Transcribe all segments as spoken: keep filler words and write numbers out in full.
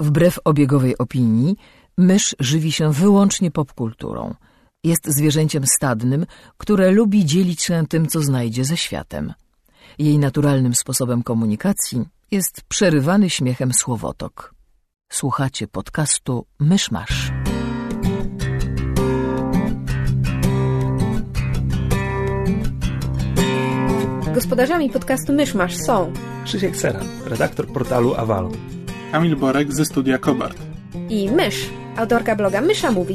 Wbrew obiegowej opinii, mysz żywi się wyłącznie popkulturą. Jest zwierzęciem stadnym, które lubi dzielić się tym, co znajdzie ze światem. Jej naturalnym sposobem komunikacji jest przerywany śmiechem słowotok. Słuchacie podcastu Myszmasz. Gospodarzami podcastu Myszmasz są Krzysiek Seran, redaktor portalu Avalon, Kamil Borek ze studia Kobart i Mysz, autorka bloga Mysza Mówi.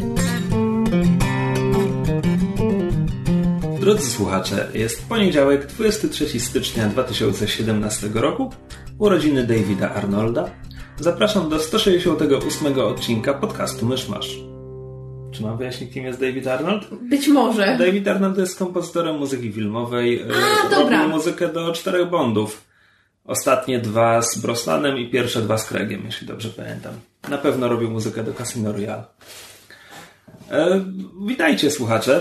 Drodzy słuchacze, jest poniedziałek, dwudziestego trzeciego stycznia dwa tysiące siedemnastego roku, urodziny Davida Arnolda. Zapraszam do sto sześćdziesiątego ósmego odcinka podcastu Myszmasz. Czy mam wyjaśnić, kim jest David Arnold? Być może. David Arnold jest kompozytorem muzyki filmowej. A, dobra. Robił muzykę do czterech Bondów. Ostatnie dwa z Brosnanem i pierwsze dwa z Craigiem, jeśli dobrze pamiętam. Na pewno robił muzykę do Casino Royale. E, witajcie, słuchacze.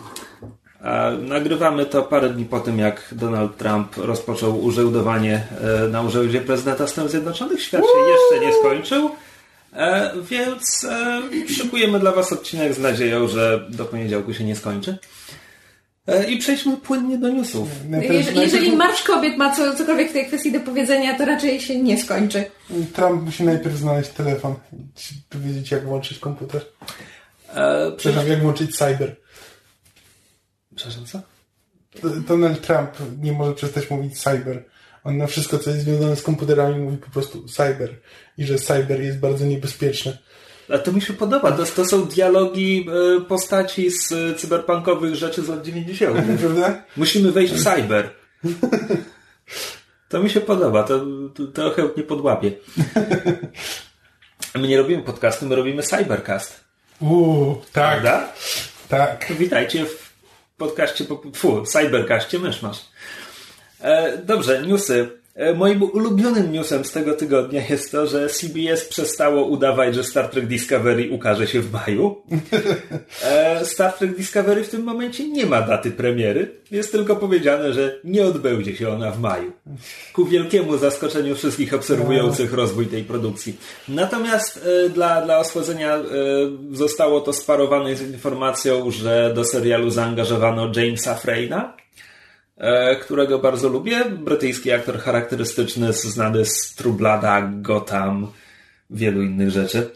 E, nagrywamy to parę dni po tym, jak Donald Trump rozpoczął urzędowanie e, na urzędzie prezydenta Stanów Zjednoczonych. Świat się jeszcze nie skończył. E, więc e, szykujemy dla Was odcinek z nadzieją, że do poniedziałku się nie skończy. E, I przejdźmy płynnie do newsów. Jeżeli, jeżeli Marsz Kobiet ma co, cokolwiek w tej kwestii do powiedzenia, to raczej się nie skończy. Trump musi najpierw znaleźć telefon i powiedzieć, jak włączyć komputer. E, Przepraszam, jak włączyć cyber. Przepraszam, co? Donald Trump nie może przestać mówić cyber. On na wszystko, co jest związane z komputerami, mówi po prostu cyber. I że cyber jest bardzo niebezpieczny. A to mi się podoba. To, to są dialogi y, postaci z y, cyberpunkowych rzeczy z lat dziewięćdziesiątych. Prawda? Musimy wejść w cyber. To mi się podoba. To, to, to chętnie podłapię. My nie robimy podcastu, my robimy cybercast. Uuu, tak. Prawda? Tak. Witajcie w podcaście, fu, cybercaście Myszmasz. E, dobrze, newsy. E, moim ulubionym newsem z tego tygodnia jest to, że C B S przestało udawać, że Star Trek Discovery ukaże się w maju. E, Star Trek Discovery w tym momencie nie ma daty premiery. Jest tylko powiedziane, że nie odbędzie się ona w maju. Ku wielkiemu zaskoczeniu wszystkich obserwujących rozwój tej produkcji. Natomiast e, dla, dla osłodzenia e, zostało to sparowane z informacją, że do serialu zaangażowano Jamesa Frayna, którego bardzo lubię. Brytyjski aktor charakterystyczny, znany z True Blooda, Gotham, wielu innych rzeczy,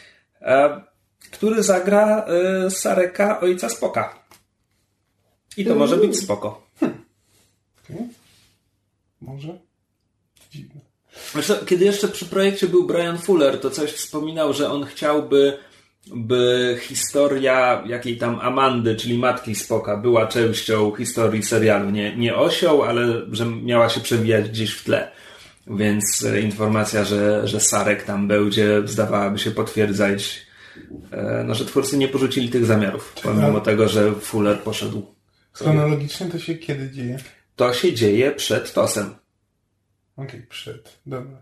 który zagra Sareka, ojca Spocka. I to mm. może być spoko. Hmm. Okay. Może? Dziwne. Zresztą, kiedy jeszcze przy projekcie był Brian Fuller, to coś wspominał, że on chciałby, by historia jakiej tam Amandy, czyli matki Spocka, była częścią historii serialu. Nie, nie osią, ale że miała się przewijać gdzieś w tle. Więc informacja, że, że Sarek tam będzie, zdawałaby się potwierdzać, no, że twórcy nie porzucili tych zamiarów, pomimo tego, że Fuller poszedł. Chronologicznie to się kiedy dzieje? To się dzieje przed TOS-em. Okej, okay, przed. Dobra.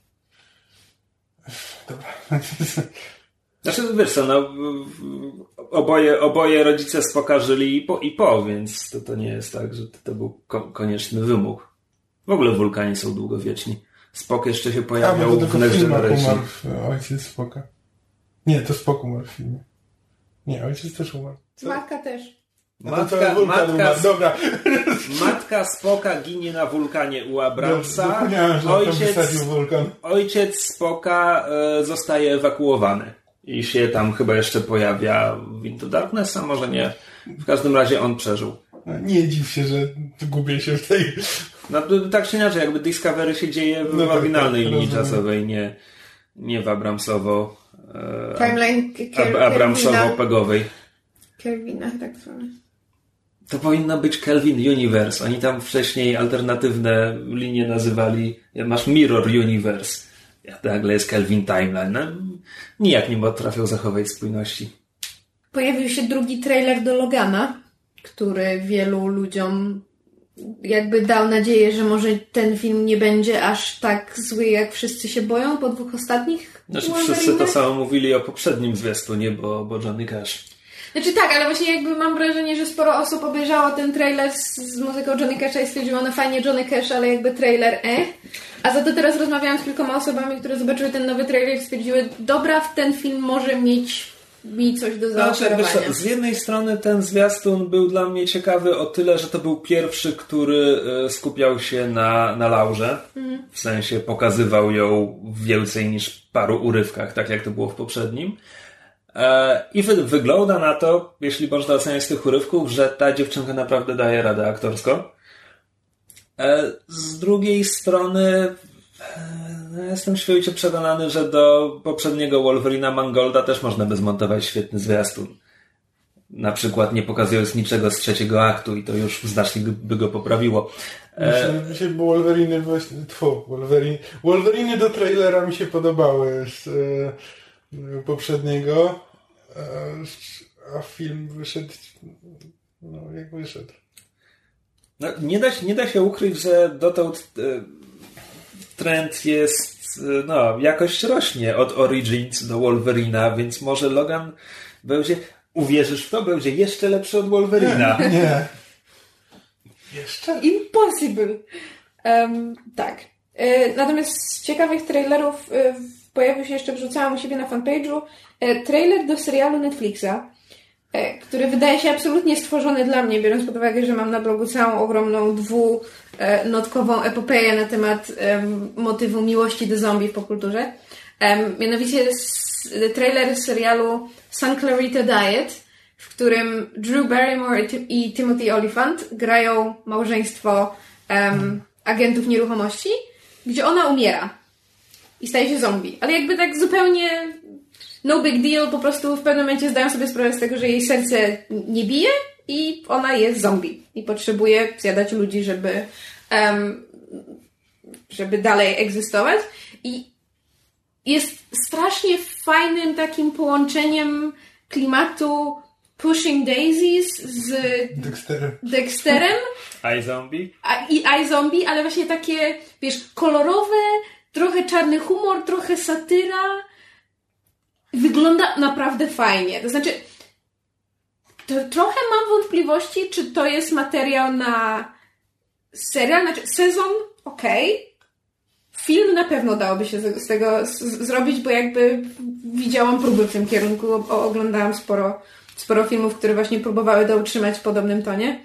Dobra. Znaczy, wiesz co, no, oboje, oboje rodzice Spocka żyli i po, i po, więc to, to nie jest tak, że to, to był ko- konieczny wymóg. W ogóle wulkani są długowieczni. Spock jeszcze się pojawiał A, w Next Generation. Umarł ojciec Spocka. Nie, to Spock umarł w filmie. Nie, ojciec też umarł. Co? Matka też. Matka, no matka, Dobra. matka Spocka ginie na wulkanie u Abramsa. No, ojciec, ojciec Spocka e, zostaje ewakuowany. I się tam chyba jeszcze pojawia w Into Darkness, a może nie. W każdym razie on przeżył. Nie dziw się, że gubię się w tej... No tak czy inaczej, jakby Discovery się dzieje w no oryginalnej tak, linii rozumiem. Czasowej, nie, nie w Abramsowo... E, Timeline Ab- Abramsowo-pegowej. Kelvina, tak zwane. To powinno być Kelvin Universe. Oni tam wcześniej alternatywne linie nazywali... Masz Mirror Universe. Nagle jest Kelvin Timeline. No, nijak nie potrafią zachować spójności. Pojawił się drugi trailer do Logana, który wielu ludziom jakby dał nadzieję, że może ten film nie będzie aż tak zły, jak wszyscy się boją po dwóch ostatnich. Znaczy wszyscy to samo mówili o poprzednim zwiastunie, bo, bo Johnny Cash. Znaczy tak, ale właśnie jakby mam wrażenie, że sporo osób obejrzało ten trailer z, z muzyką Johnny Casha i stwierdziło, no fajnie Johnny Cash, ale jakby trailer e. A za to teraz rozmawiałam z kilkoma osobami, które zobaczyły ten nowy trailer i stwierdziły, dobra, w ten film może mieć mi coś do zaoferowania. Znaczy, z jednej strony ten zwiastun był dla mnie ciekawy o tyle, że to był pierwszy, który skupiał się na, na Laurze. Mm. W sensie pokazywał ją więcej niż w paru urywkach, tak jak to było w poprzednim. I wygląda na to, jeśli można oceniać z tych urywków, że ta dziewczynka naprawdę daje radę aktorsko. Z drugiej strony jestem święcie przekonany, że do poprzedniego Wolverina Mangolda też można by zmontować świetny zwiastun. Na przykład nie pokazując niczego z trzeciego aktu i to już znacznie by go poprawiło. Myślę, mi się Wolveriny właśnie... Tfu, Wolverine, Wolveriny do trailera mi się podobały z e, poprzedniego, e, a film wyszedł no jak wyszedł. No, nie da się, nie da się ukryć, że dotąd e, trend jest, no, jakość rośnie od Origins do Wolverina, więc może Logan będzie, uwierzysz w to, będzie jeszcze lepszy od Wolverina. Nie. nie. Jeszcze? Impossible. Um, tak. E, natomiast z ciekawych trailerów e, pojawił się jeszcze, wrzucałam u siebie na fanpage'u, e, trailer do serialu Netflixa, e, który wydaje się absolutnie stworzony dla mnie, biorąc pod uwagę, że mam na blogu całą ogromną dwunotkową epopeję na temat um, motywu miłości do zombie w popkulturze. Um, mianowicie s- trailer serialu Sun Clarita Diet, w którym Drew Barrymore i, Tim- i Timothy Olyphant grają małżeństwo um, agentów nieruchomości, gdzie ona umiera i staje się zombie. Ale jakby tak zupełnie no big deal, po prostu w pewnym momencie zdają sobie sprawę z tego, że jej serce nie bije i ona jest zombie i potrzebuje zjadać ludzi, żeby um, żeby dalej egzystować. I jest strasznie fajnym takim połączeniem klimatu Pushing Daisies z Dexterem. Dexterem. iZombie. A, I iZombie, ale właśnie takie, wiesz, kolorowe, trochę czarny humor, trochę satyra. Wygląda naprawdę fajnie. To znaczy, to trochę mam wątpliwości, czy to jest materiał na serial, znaczy sezon, okej. Okay. Film na pewno dałoby się z, z tego z, z, zrobić, bo jakby widziałam próby w tym kierunku, o, oglądałam sporo sporo filmów, które właśnie próbowały to utrzymać w podobnym tonie.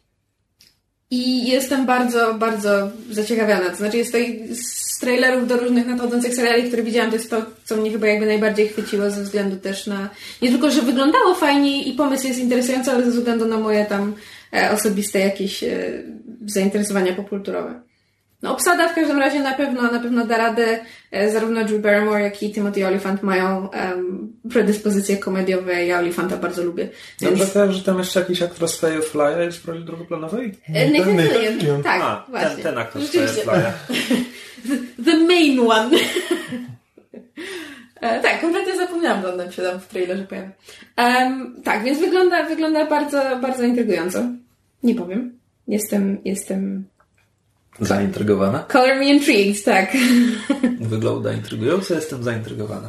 I jestem bardzo, bardzo zaciekawiona. To znaczy jest to z trailerów do różnych nadchodzących seriali, które widziałam, to jest to, co mnie chyba jakby najbardziej chwyciło ze względu też na... Nie tylko, że wyglądało fajnie i pomysł jest interesujący, ale ze względu na moje tam e, osobiste jakieś e, zainteresowania popkulturowe. No obsada w każdym razie na pewno, na pewno da radę. E, zarówno Drew Barrymore, jak i Timothy Olyphant mają um, predyspozycje komediowe. Ja Olyphanta bardzo lubię. Więc... Dobrze tak, że tam jeszcze jakiś aktor z Firefly'a jest w roli drugoplanowej? E, Nathan Fillion. Tak, A, właśnie. Ten, ten aktor z Firefly'a. The main one. e, tak, kompletnie zapomniałam, że on się tam w trailerze pojawił. Um, tak, więc wygląda, wygląda bardzo, bardzo intrygująco. Nie powiem. Jestem, jestem... Zaintrygowana? Color me intrigued, tak. Wygląda intrygująco, jestem zaintrygowana.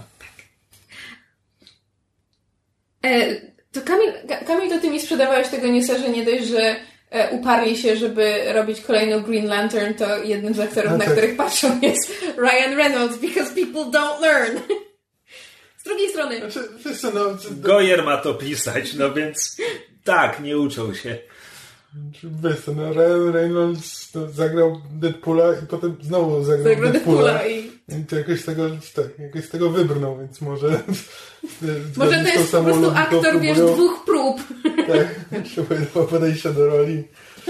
E, to Kamil, Kamil, to ty mi sprzedawałeś tego newsa, że nie dość, że e, uparli się, żeby robić kolejną Green Lantern, to jednym z aktorów, no tak. na których patrzą, jest Ryan Reynolds, because people don't learn. Z drugiej strony... Znaczy, wiesz co, no, Goyer ma to pisać, no więc tak, nie uczą się. Wiesz co, no, Ryan Reynolds no, zagrał Deadpoola i potem znowu zagrał, zagrał Deadpoola. Deadpoola i... I to jakoś z tego, tak, jakoś z tego wybrnął, więc może... może to jest po prostu aktor, wiesz, dwóch prób. Tak, trzeba podejścia do roli.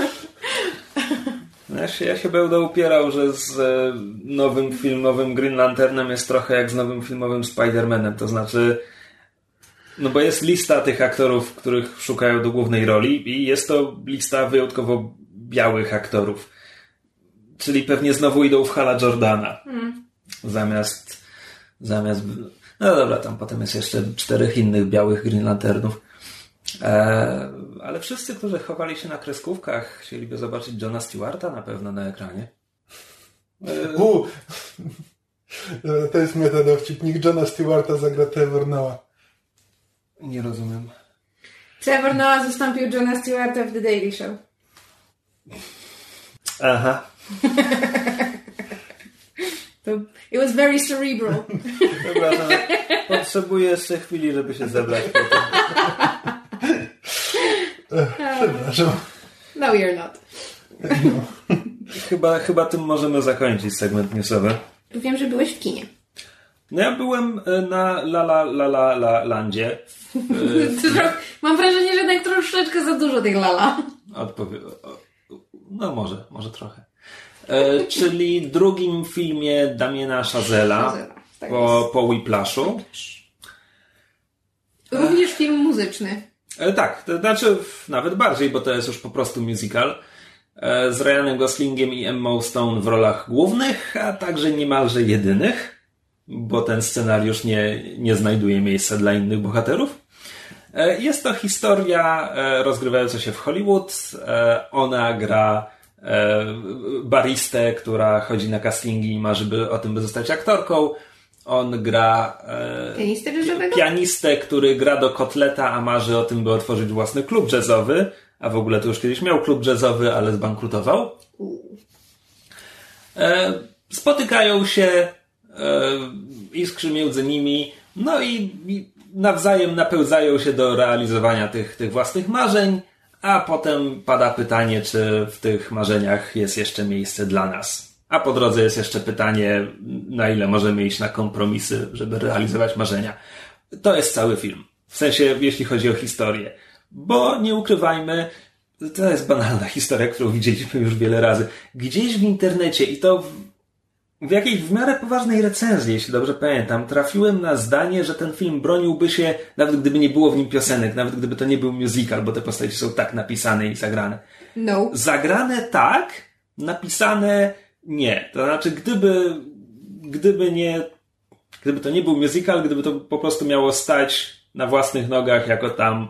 Ja się, ja się będę upierał, że z e, nowym filmowym Green Lanternem jest trochę jak z nowym filmowym Spider-Manem, to znaczy... No bo jest lista tych aktorów, których szukają do głównej roli i jest to lista wyjątkowo białych aktorów. Czyli pewnie znowu idą w Hala Jordana. Mm. Zamiast... zamiast... No dobra, tam potem jest jeszcze czterech innych białych Green Lanternów. E, ale wszyscy, którzy chowali się na kreskówkach, chcieliby zobaczyć Johna Stewarta na pewno na ekranie. E... U, to jest metadowcip. Niech Johna Stewarta zagra Trevor Noah. Nie rozumiem. Trevor Noah zastąpił Johna Stewarta w The Daily Show. Aha. To, it was very cerebral. Dobra, potrzebuję jeszcze chwili, żeby się zebrać. Przepraszam. No, you're not. No. Chyba, chyba tym możemy zakończyć segment newsowy. Wiem, że byłeś w kinie. No ja byłem na La La La La La Landzie. Mam wrażenie, że jednak troszeczkę za dużo tych lala. Odpowie... No może, może trochę. E, czyli drugim filmie Damiena Chazella tak po, po Whiplashu. Również film muzyczny. E, tak, to znaczy nawet bardziej, bo to jest już po prostu musical. E, z Ryanem Goslingiem i Emmą Stone w rolach głównych, a także niemalże jedynych, bo ten scenariusz nie, nie znajduje miejsca dla innych bohaterów. E, jest to historia e, rozgrywająca się w Hollywood. E, ona gra e, baristę, która chodzi na castingi i marzy by, o tym, by zostać aktorką. On gra e, pianistę jazzowego? Pianistę, który gra do kotleta, a marzy o tym, by otworzyć własny klub jazzowy. A w ogóle to już kiedyś miał klub jazzowy, ale zbankrutował. E, spotykają się, e, iskrzy między nimi, no i, i nawzajem napełzają się do realizowania tych, tych własnych marzeń, a potem pada pytanie, czy w tych marzeniach jest jeszcze miejsce dla nas. A po drodze jest jeszcze pytanie, na ile możemy iść na kompromisy, żeby realizować marzenia. To jest cały film. W sensie, jeśli chodzi o historię. Bo nie ukrywajmy, to jest banalna historia, którą widzieliśmy już wiele razy. Gdzieś w internecie i to w, w jakiejś w miarę poważnej recenzji, jeśli dobrze pamiętam, trafiłem na zdanie, że ten film broniłby się, nawet gdyby nie było w nim piosenek, nawet gdyby to nie był musical, bo te postaci są tak napisane i zagrane. No. Zagrane tak, napisane nie. To znaczy, gdyby, gdyby nie, gdyby to nie był musical, gdyby to po prostu miało stać na własnych nogach jako tam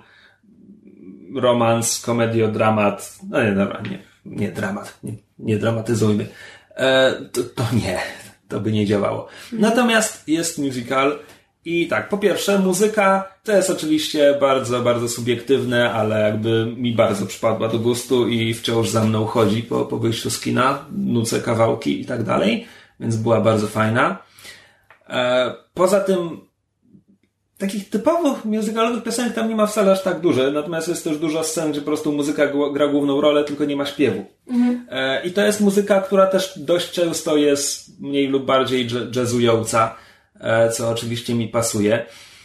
romans, komediodramat, no nie, dobra, nie, nie dramat, nie, nie dramatyzujmy. E, to, to nie, to by nie działało. Natomiast jest musical i tak, po pierwsze muzyka to jest oczywiście bardzo, bardzo subiektywne, ale jakby mi bardzo przypadła do gustu i wciąż za mną chodzi po, po wyjściu z kina, nucę kawałki i tak dalej, więc była bardzo fajna. E, poza tym takich typowych musicalowych piosenek tam nie ma wcale aż tak dużo, natomiast jest też dużo scen, gdzie po prostu muzyka gra główną rolę, tylko nie ma śpiewu. Mhm. E, I to jest muzyka, która też dość często jest mniej lub bardziej jazzująca, e, co oczywiście mi pasuje.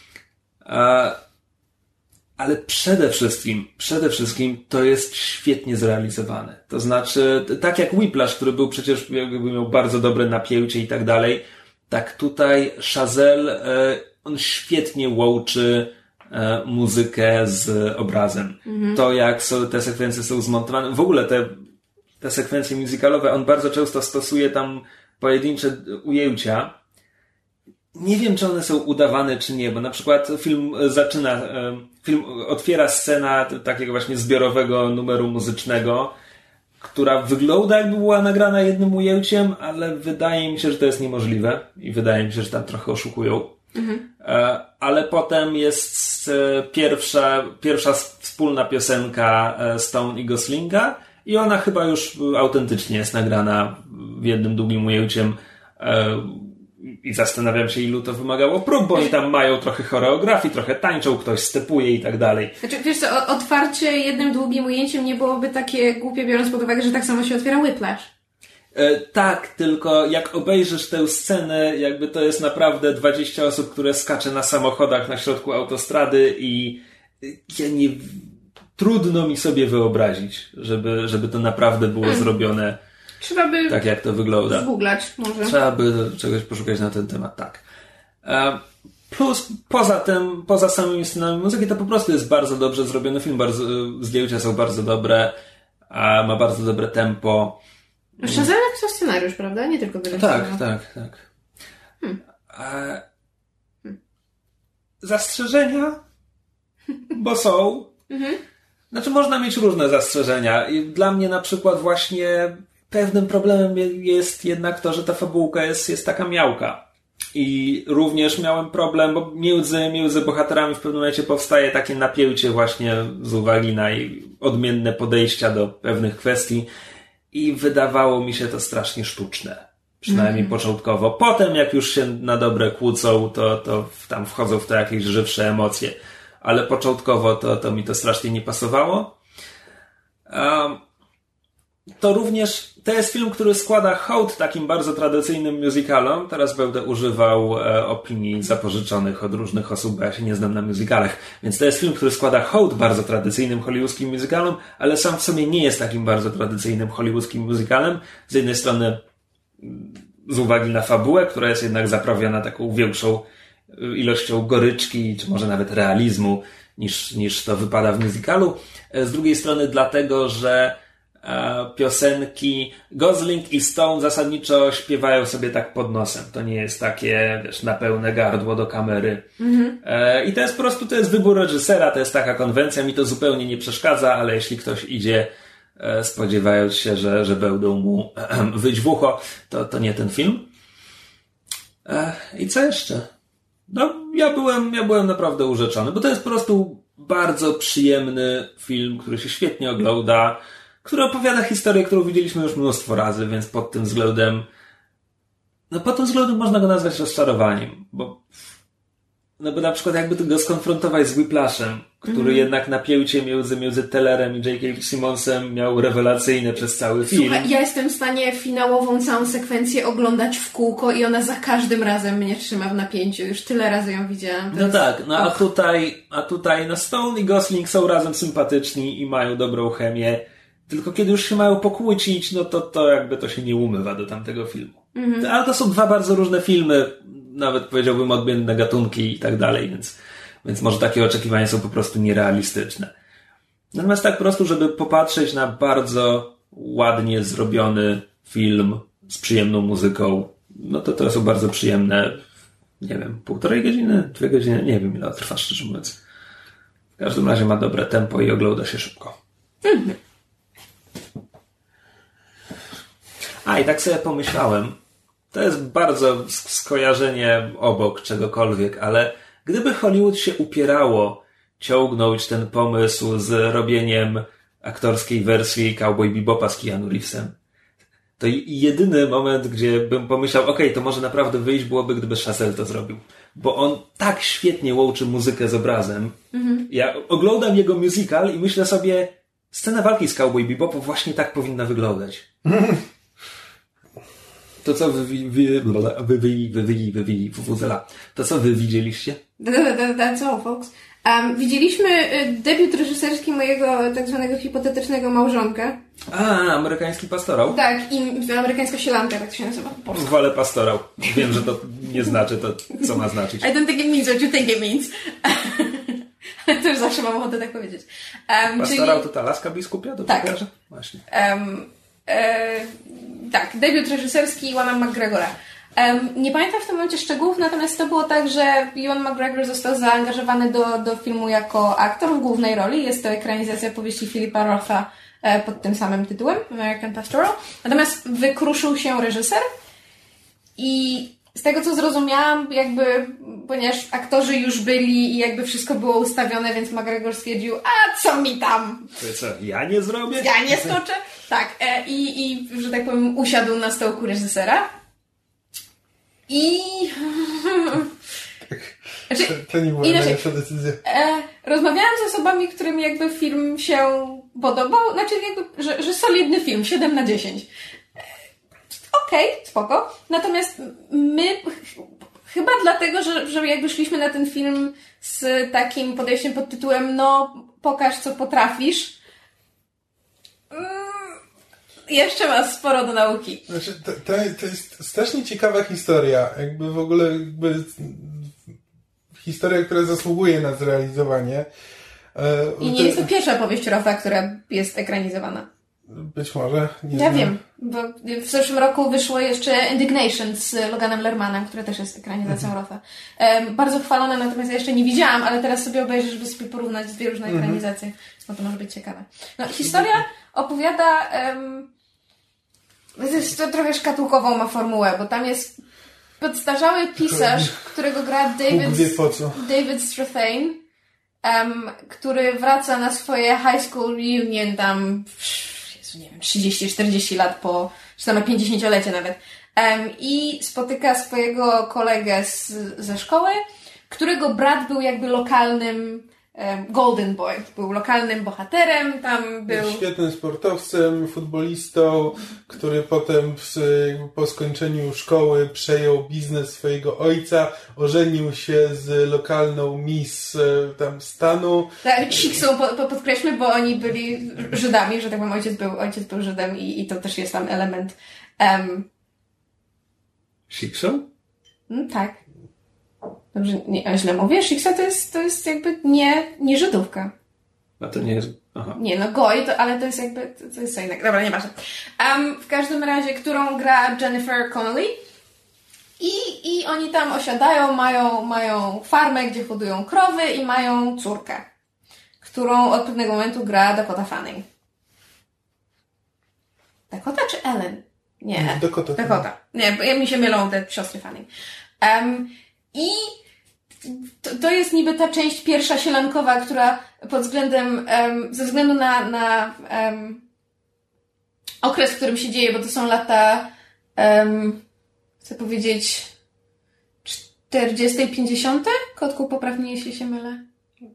E, ale przede wszystkim, przede wszystkim to jest świetnie zrealizowane. To znaczy, tak jak Whiplash, który był przecież, jakby miał bardzo dobre napięcie i tak dalej, tak tutaj Chazelle, e, on świetnie łączy e, muzykę z obrazem. Mhm. To jak są, te sekwencje są zmontowane, w ogóle te, te sekwencje musicalowe, on bardzo często stosuje tam pojedyncze ujęcia. Nie wiem, czy one są udawane, czy nie, bo na przykład film zaczyna, e, film otwiera scena takiego właśnie zbiorowego numeru muzycznego, która wygląda jakby była nagrana jednym ujęciem, ale wydaje mi się, że to jest niemożliwe i wydaje mi się, że tam trochę oszukują. Mhm. Ale potem jest pierwsza, pierwsza wspólna piosenka Stone i Goslinga i ona chyba już autentycznie jest nagrana jednym długim ujęciem i zastanawiam się, ilu to wymagało prób, bo oni tam mają trochę choreografii, trochę tańczą, ktoś stepuje i tak dalej. Znaczy, wiesz co, otwarcie jednym długim ujęciem nie byłoby takie głupie, biorąc pod uwagę, że tak samo się otwiera Whiplash. E, tak, tylko jak obejrzysz tę scenę, jakby to jest naprawdę dwadzieścia osób, które skacze na samochodach na środku autostrady i ja nie... Trudno mi sobie wyobrazić, żeby, żeby to naprawdę było hmm. zrobione Trzeba by tak, jak to wygląda. Zgooglać może. Trzeba by czegoś poszukać na ten temat, tak. E, plus, poza tym, poza samymi scenami muzyki, to po prostu jest bardzo dobrze zrobiony film, bardzo, zdjęcia są bardzo dobre, a ma bardzo dobre tempo. Chazelle napisał scenariusz, prawda? Nie tylko wyreżyserował. Tak, tak, tak. Hmm. E, hmm. Zastrzeżenia? Bo są. Mhm. Znaczy, można mieć różne zastrzeżenia. I dla mnie na przykład właśnie pewnym problemem jest jednak to, że ta fabułka jest, jest taka miałka. I również miałem problem, bo między, między bohaterami w pewnym momencie powstaje takie napięcie właśnie z uwagi na odmienne podejścia do pewnych kwestii i wydawało mi się to strasznie sztuczne. Przynajmniej mm-hmm. początkowo. Potem, jak już się na dobre kłócą, to, to tam wchodzą w to jakieś żywsze emocje. Ale początkowo to, to mi to strasznie nie pasowało. Um, to również, to jest film, który składa hołd takim bardzo tradycyjnym musicalom. Teraz będę używał e, opinii zapożyczonych od różnych osób, bo ja się nie znam na musicalach. Więc to jest film, który składa hołd bardzo tradycyjnym hollywoodzkim musicalom, ale sam w sobie nie jest takim bardzo tradycyjnym hollywoodzkim musicalem. Z jednej strony z uwagi na fabułę, która jest jednak zaprawiona taką większą ilością goryczki, czy może nawet realizmu, niż, niż to wypada w musicalu. Z drugiej strony dlatego, że e, piosenki Gosling i Stone zasadniczo śpiewają sobie tak pod nosem. To nie jest takie, wiesz, na pełne gardło do kamery. Mhm. E, I to jest po prostu, to jest wybór reżysera, to jest taka konwencja, mi to zupełnie nie przeszkadza, ale jeśli ktoś idzie e, spodziewając się, że, że będą mu e, wyjść w ucho, to, to nie ten film. E, I co jeszcze? No, ja byłem, ja byłem naprawdę urzeczony, bo to jest po prostu bardzo przyjemny film, który się świetnie ogląda, który opowiada historię, którą widzieliśmy już mnóstwo razy, więc pod tym względem, no pod tym względem można go nazwać rozczarowaniem, bo, no bo na przykład jakby go skonfrontować z Whiplashem, który mm. jednak napięcie między, między Tellerem i J K. Simmonsem miał rewelacyjne przez cały film. Słuchaj, ja jestem w stanie finałową całą sekwencję oglądać w kółko i ona za każdym razem mnie trzyma w napięciu. Już tyle razy ją widziałam. No jest... tak, no a tutaj, a tutaj no Stone i Gosling są razem sympatyczni i mają dobrą chemię. Tylko kiedy już się mają pokłócić, no to, to jakby to się nie umywa do tamtego filmu. Mm-hmm. Ale to są dwa bardzo różne filmy, nawet powiedziałbym odmienne gatunki i tak dalej, więc, więc może takie oczekiwania są po prostu nierealistyczne. Natomiast tak po prostu, żeby popatrzeć na bardzo ładnie zrobiony film z przyjemną muzyką, no to to są bardzo przyjemne, nie wiem, półtorej godziny, dwie godziny, nie wiem ile trwa, szczerze mówiąc. W każdym razie ma dobre tempo i ogląda się szybko. Mm-hmm. A i tak sobie pomyślałem, to jest bardzo skojarzenie obok czegokolwiek, ale gdyby Hollywood się upierało ciągnąć ten pomysł z robieniem aktorskiej wersji Cowboy Bebopa z Keanu Reevesem, to jedyny moment, gdzie bym pomyślał, okej, okay, to może naprawdę wyjść byłoby, gdyby Chazelle to zrobił. Bo on tak świetnie łączy muzykę z obrazem. Mhm. Ja oglądam jego musical i myślę sobie, scena walki z Cowboy Bebopem właśnie tak powinna wyglądać. To co wy, wy, wy, wy, wy, wy, wy, wy, Wuzela. To co wy widzieliście? That's all, folks. Um, widzieliśmy debiut reżyserski mojego tak zwanego hipotetycznego małżonka. A, amerykański pastorał? Tak, i amerykańska sielanka, tak się nazywa. Wolę pastorał. Wiem, że to nie znaczy to, co ma znaczyć. I don't think it means what you think it means. Ale też zawsze mam ochotę tak powiedzieć. Um, pastorał czyli... to ta laska biskupia? Do tak. Właśnie. Um, e, tak, debiut reżyserski Ewana McGregora. Um, nie pamiętam w tym momencie szczegółów, natomiast to było tak, że Ewan McGregor został zaangażowany do, do filmu jako aktor w głównej roli. Jest to ekranizacja powieści Philippa Rotha e, pod tym samym tytułem, American Pastoral. Natomiast wykruszył się reżyser i z tego co zrozumiałam, jakby, ponieważ aktorzy już byli i jakby wszystko było ustawione, więc McGregor stwierdził, a co mi tam? To co, ja nie zrobię? Ja nie skoczę? Tak, e, i, i, że tak powiem, usiadł na stołku reżysera. I... Znaczy, to, to nie była inaczej, najlepsza decyzja. E, rozmawiałam z osobami, którym jakby film się podobał, znaczy jakby, że, że solidny film, siedem na dziesięć. Okej, okay, spoko. Natomiast my ch- chyba dlatego, że, że jakby szliśmy na ten film z takim podejściem pod tytułem no pokaż co potrafisz. Mm, jeszcze ma sporo do nauki. Znaczy, to, to, to jest strasznie ciekawa historia. Jakby w ogóle jakby historia, która zasługuje na zrealizowanie. I nie to... jest to pierwsza powieść Rotha, która jest ekranizowana. Być może. Nie ja znam. wiem, bo w zeszłym roku wyszło jeszcze Indignation z Loganem Lermanem, które też jest ekranizacją mhm. Rotha. Um, bardzo chwalone, natomiast ja jeszcze nie widziałam, ale teraz sobie obejrzę, żeby sobie porównać dwie różne mhm. ekranizacje, bo to może być ciekawe. No, historia opowiada... Um, to jest to trochę szkatułkową ma formułę, bo tam jest podstarzały pisarz, którego gra David, David Strathairn, um, który wraca na swoje high school reunion tam... nie wiem, trzydzieści czterdzieści lat po, czy tam pięćdziesięciolecie nawet, Um, I spotyka swojego kolegę z, ze szkoły, którego brat był jakby lokalnym um, Golden Boy. Był lokalnym bohaterem, tam był... Świetnym sportowcem, futbolistą, który potem w, po skończeniu szkoły przejął biznes swojego ojca, ożenił się z lokalną miss tam stanu. Tak, Siksą po, po, podkreślmy, bo oni byli Żydami, że tak powiem, ojciec był, ojciec był Żydem i, i to też jest tam element... Um, Siksą? No, tak. Dobrze, nie, a źle mówię? Shiksa to jest, to jest jakby nie, nie Żydówka. A to nie jest... Aha. Nie, no Goj, to, ale to jest jakby, to, to jest co innego. Dobra, nieważne. Um, w każdym razie, którą gra Jennifer Connelly i, i oni tam osiadają, mają, mają farmę, gdzie hodują krowy i mają córkę, którą od pewnego momentu gra Dakota Fanning. Dakota czy Ellen? Nie, Dakota. Dakota. Nie, bo mi się mylą te siostry Fanning. Um, I to, to jest niby ta część pierwsza sielankowa, która pod względem, um, ze względu na, na um, okres, w którym się dzieje, bo to są lata, um, chcę powiedzieć, czterdzieste, pięćdziesiąte? Kotku, popraw mnie, jeśli się mylę.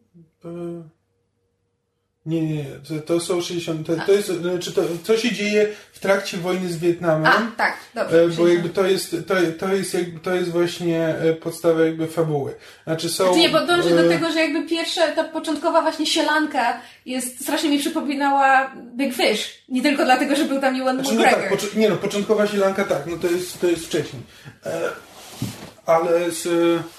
Nie, nie, nie. To, to są sześćdziesiąte. To jest, czy to, co się dzieje w trakcie wojny z Wietnamem? A, tak, dobrze. Bo jakby to jest, to, to jest jakby, to jest właśnie podstawa jakby fabuły. Znaczy są... Znaczy nie, bo dążę do tego, że jakby pierwsza, ta początkowa właśnie sielanka jest, strasznie mi przypominała Big Fish. Nie tylko dlatego, że był tam Ewan znaczy, McGregor. No tak, pocz- nie no, początkowa sielanka tak, no to jest, to jest wcześniej. E, ale z...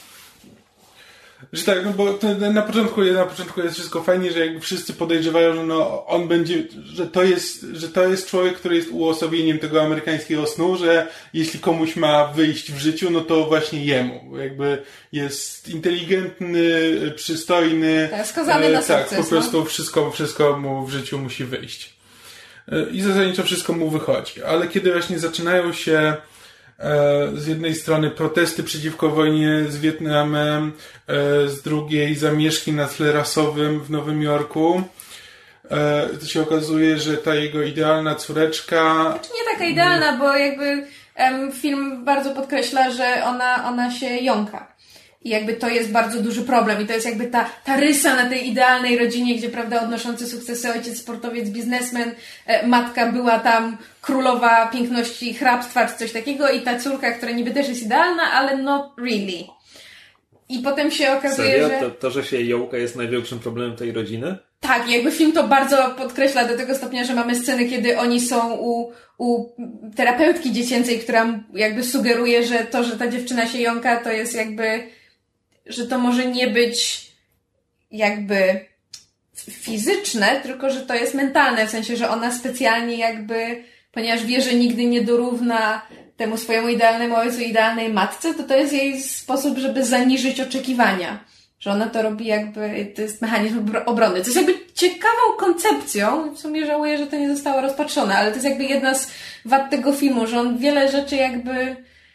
Że tak, no bo to na początku, na początku jest wszystko fajnie, że jakby wszyscy podejrzewają, że no on będzie, że to jest, że to jest człowiek, który jest uosobieniem tego amerykańskiego snu, że jeśli komuś ma wyjść w życiu, no to właśnie jemu. Jakby jest inteligentny, przystojny. Tak, skazany na tak, sukces. po prostu wszystko, wszystko mu w życiu musi wyjść. I zasadniczo wszystko mu wychodzi. Ale kiedy właśnie zaczynają się z jednej strony protesty przeciwko wojnie z Wietnamem, z drugiej zamieszki na tle rasowym w Nowym Jorku, to się okazuje, że ta jego idealna córeczka... Znaczy nie taka idealna, bo jakby em, film bardzo podkreśla, że ona, ona się jąka. I jakby to jest bardzo duży problem. I to jest jakby ta, ta rysa na tej idealnej rodzinie, gdzie, prawda, odnoszący sukcesy ojciec, sportowiec, biznesmen, e, matka była tam królowa piękności, hrabstwa, czy coś takiego i ta córka, która niby też jest idealna, ale not really. I potem się okazuje, Serio? że... To, to, że się jąka jest największym problemem tej rodziny? Tak, jakby film to bardzo podkreśla do tego stopnia, że mamy sceny, kiedy oni są u, u terapeutki dziecięcej, która jakby sugeruje, że to, że ta dziewczyna się jąka, to jest jakby, że to może nie być jakby fizyczne, tylko że to jest mentalne, w sensie, że ona specjalnie jakby, ponieważ wie, że nigdy nie dorówna temu swojemu idealnemu ojcu, idealnej matce, to to jest jej sposób, żeby zaniżyć oczekiwania. Że ona to robi jakby, to jest mechanizm obrony. To jest jakby ciekawą koncepcją, w sumie żałuję, że to nie zostało rozpatrzone, ale to jest jakby jedna z wad tego filmu, że on wiele rzeczy jakby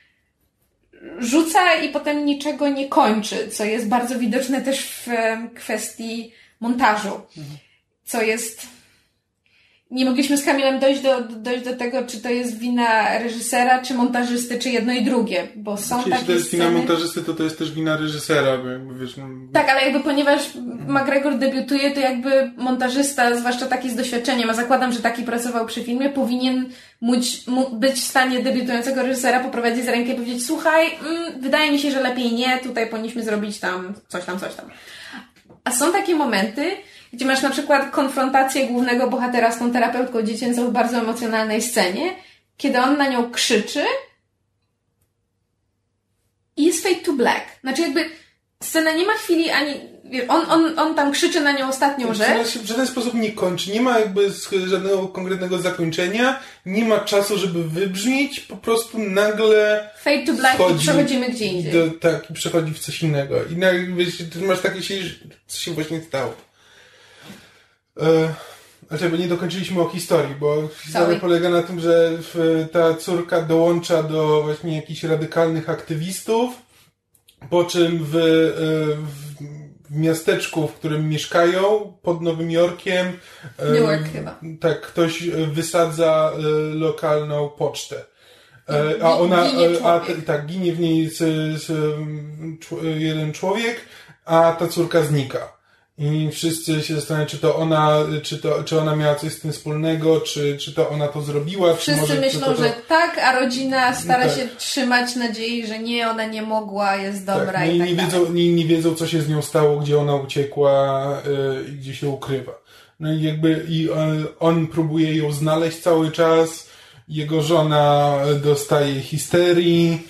rzuca i potem niczego nie kończy, co jest bardzo widoczne też w kwestii montażu, co jest... Nie mogliśmy z Kamilem dojść do, dojść do tego, czy to jest wina reżysera, czy montażysty, czy jedno i drugie, bo są Jeśli takie to jest sceny... wina montażysty, to to jest też wina reżysera, bo jakby wiesz... No... Tak, ale jakby ponieważ McGregor debiutuje, to jakby montażysta, zwłaszcza taki z doświadczeniem, a zakładam, że taki pracował przy filmie, powinien móc, móc być w stanie debiutującego reżysera poprowadzić za rękę i powiedzieć: słuchaj, mm, wydaje mi się, że lepiej nie, tutaj powinniśmy zrobić tam coś tam, coś tam. A są takie momenty, gdzie masz na przykład konfrontację głównego bohatera z tą terapeutką dziecięcą w bardzo emocjonalnej scenie, kiedy on na nią krzyczy i jest fade to black. Znaczy jakby scena nie ma chwili ani... On, on, on tam krzyczy na nią ostatnią rzecz. Scena się w żaden sposób nie kończy. Nie ma jakby żadnego konkretnego zakończenia. Nie ma czasu, żeby wybrzmieć. Po prostu nagle fade to black i przechodzimy gdzie indziej. Do, tak, i przechodzi w coś innego. I nagle wiesz, ty masz takie się, co się właśnie stało. Ale żeby nie dokończyliśmy o historii, bo historia Sorry. polega na tym, że ta córka dołącza do właśnie jakichś radykalnych aktywistów, po czym w, w, w miasteczku, w którym mieszkają, pod Nowym Jorkiem, Newark chyba. tak, ktoś wysadza lokalną pocztę. A ona, ginie a tak, ginie w niej z, z, jeden człowiek, a ta córka znika. I wszyscy się zastanawiają, czy to ona, czy to, czy ona miała coś z tym wspólnego, czy, czy to ona to zrobiła. Wszyscy czy może, myślą, to, to... że tak, a rodzina stara tak. się trzymać nadziei, że nie, ona nie mogła, jest dobra tak, no i i tak nie dalej. wiedzą, nie, nie wiedzą, co się z nią stało, gdzie ona uciekła i yy, gdzie się ukrywa. No i jakby i on, on próbuje ją znaleźć cały czas, jego żona dostaje histerii.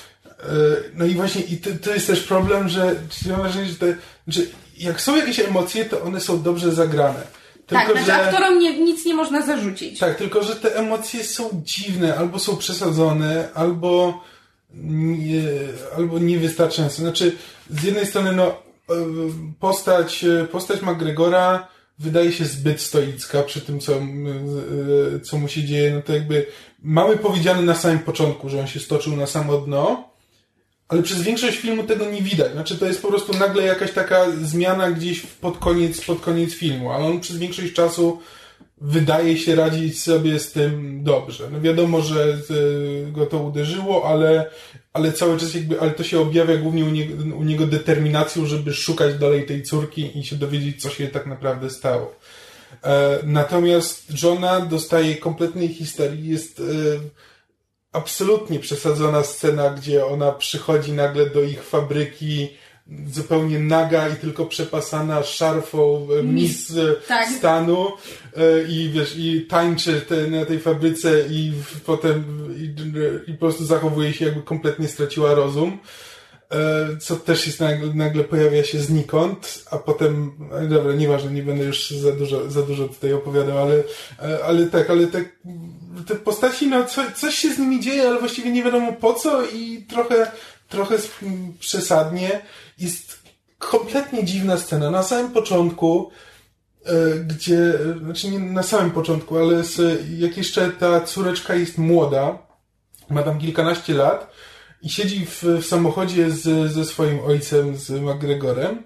No i właśnie i to, to jest też problem, że mam wrażenie, że, te, że jak są jakieś emocje, to one są dobrze zagrane. Tylko, tak, znaczy że, aktorom nie, nic nie można zarzucić. Tak, tylko że te emocje są dziwne, albo są przesadzone, albo, nie, albo niewystarczające. Znaczy, z jednej strony no, postać, postać McGregora wydaje się zbyt stoicka przy tym, co, co mu się dzieje. No to jakby mamy powiedziane na samym początku, że on się stoczył na samo dno, ale przez większość filmu tego nie widać. Znaczy to jest po prostu nagle jakaś taka zmiana gdzieś pod koniec, pod koniec filmu, ale on przez większość czasu wydaje się radzić sobie z tym dobrze. No wiadomo, że go to uderzyło, ale, ale cały czas jakby, ale to się objawia głównie u niego, u niego determinacją, żeby szukać dalej tej córki i się dowiedzieć, co się tak naprawdę stało. E, natomiast żona dostaje kompletnej histerii. Jest e, absolutnie przesadzona scena, gdzie ona przychodzi nagle do ich fabryki zupełnie naga i tylko przepasana szarfą Miss tak. stanu i wiesz, i tańczy te, na tej fabryce i w, potem i, i po prostu zachowuje się jakby kompletnie straciła rozum, co też jest nagle, nagle pojawia się znikąd, a potem, dobra, nieważne, nie będę już za dużo, za dużo tutaj opowiadał, ale, ale tak, ale tak te postaci, no co, coś się z nimi dzieje, ale właściwie nie wiadomo po co i trochę trochę przesadnie. Jest kompletnie dziwna scena. Na samym początku, gdzie, znaczy nie na samym początku, ale z, jak jeszcze ta córeczka jest młoda, ma tam kilkanaście lat i siedzi w, w samochodzie z, ze swoim ojcem, z McGregorem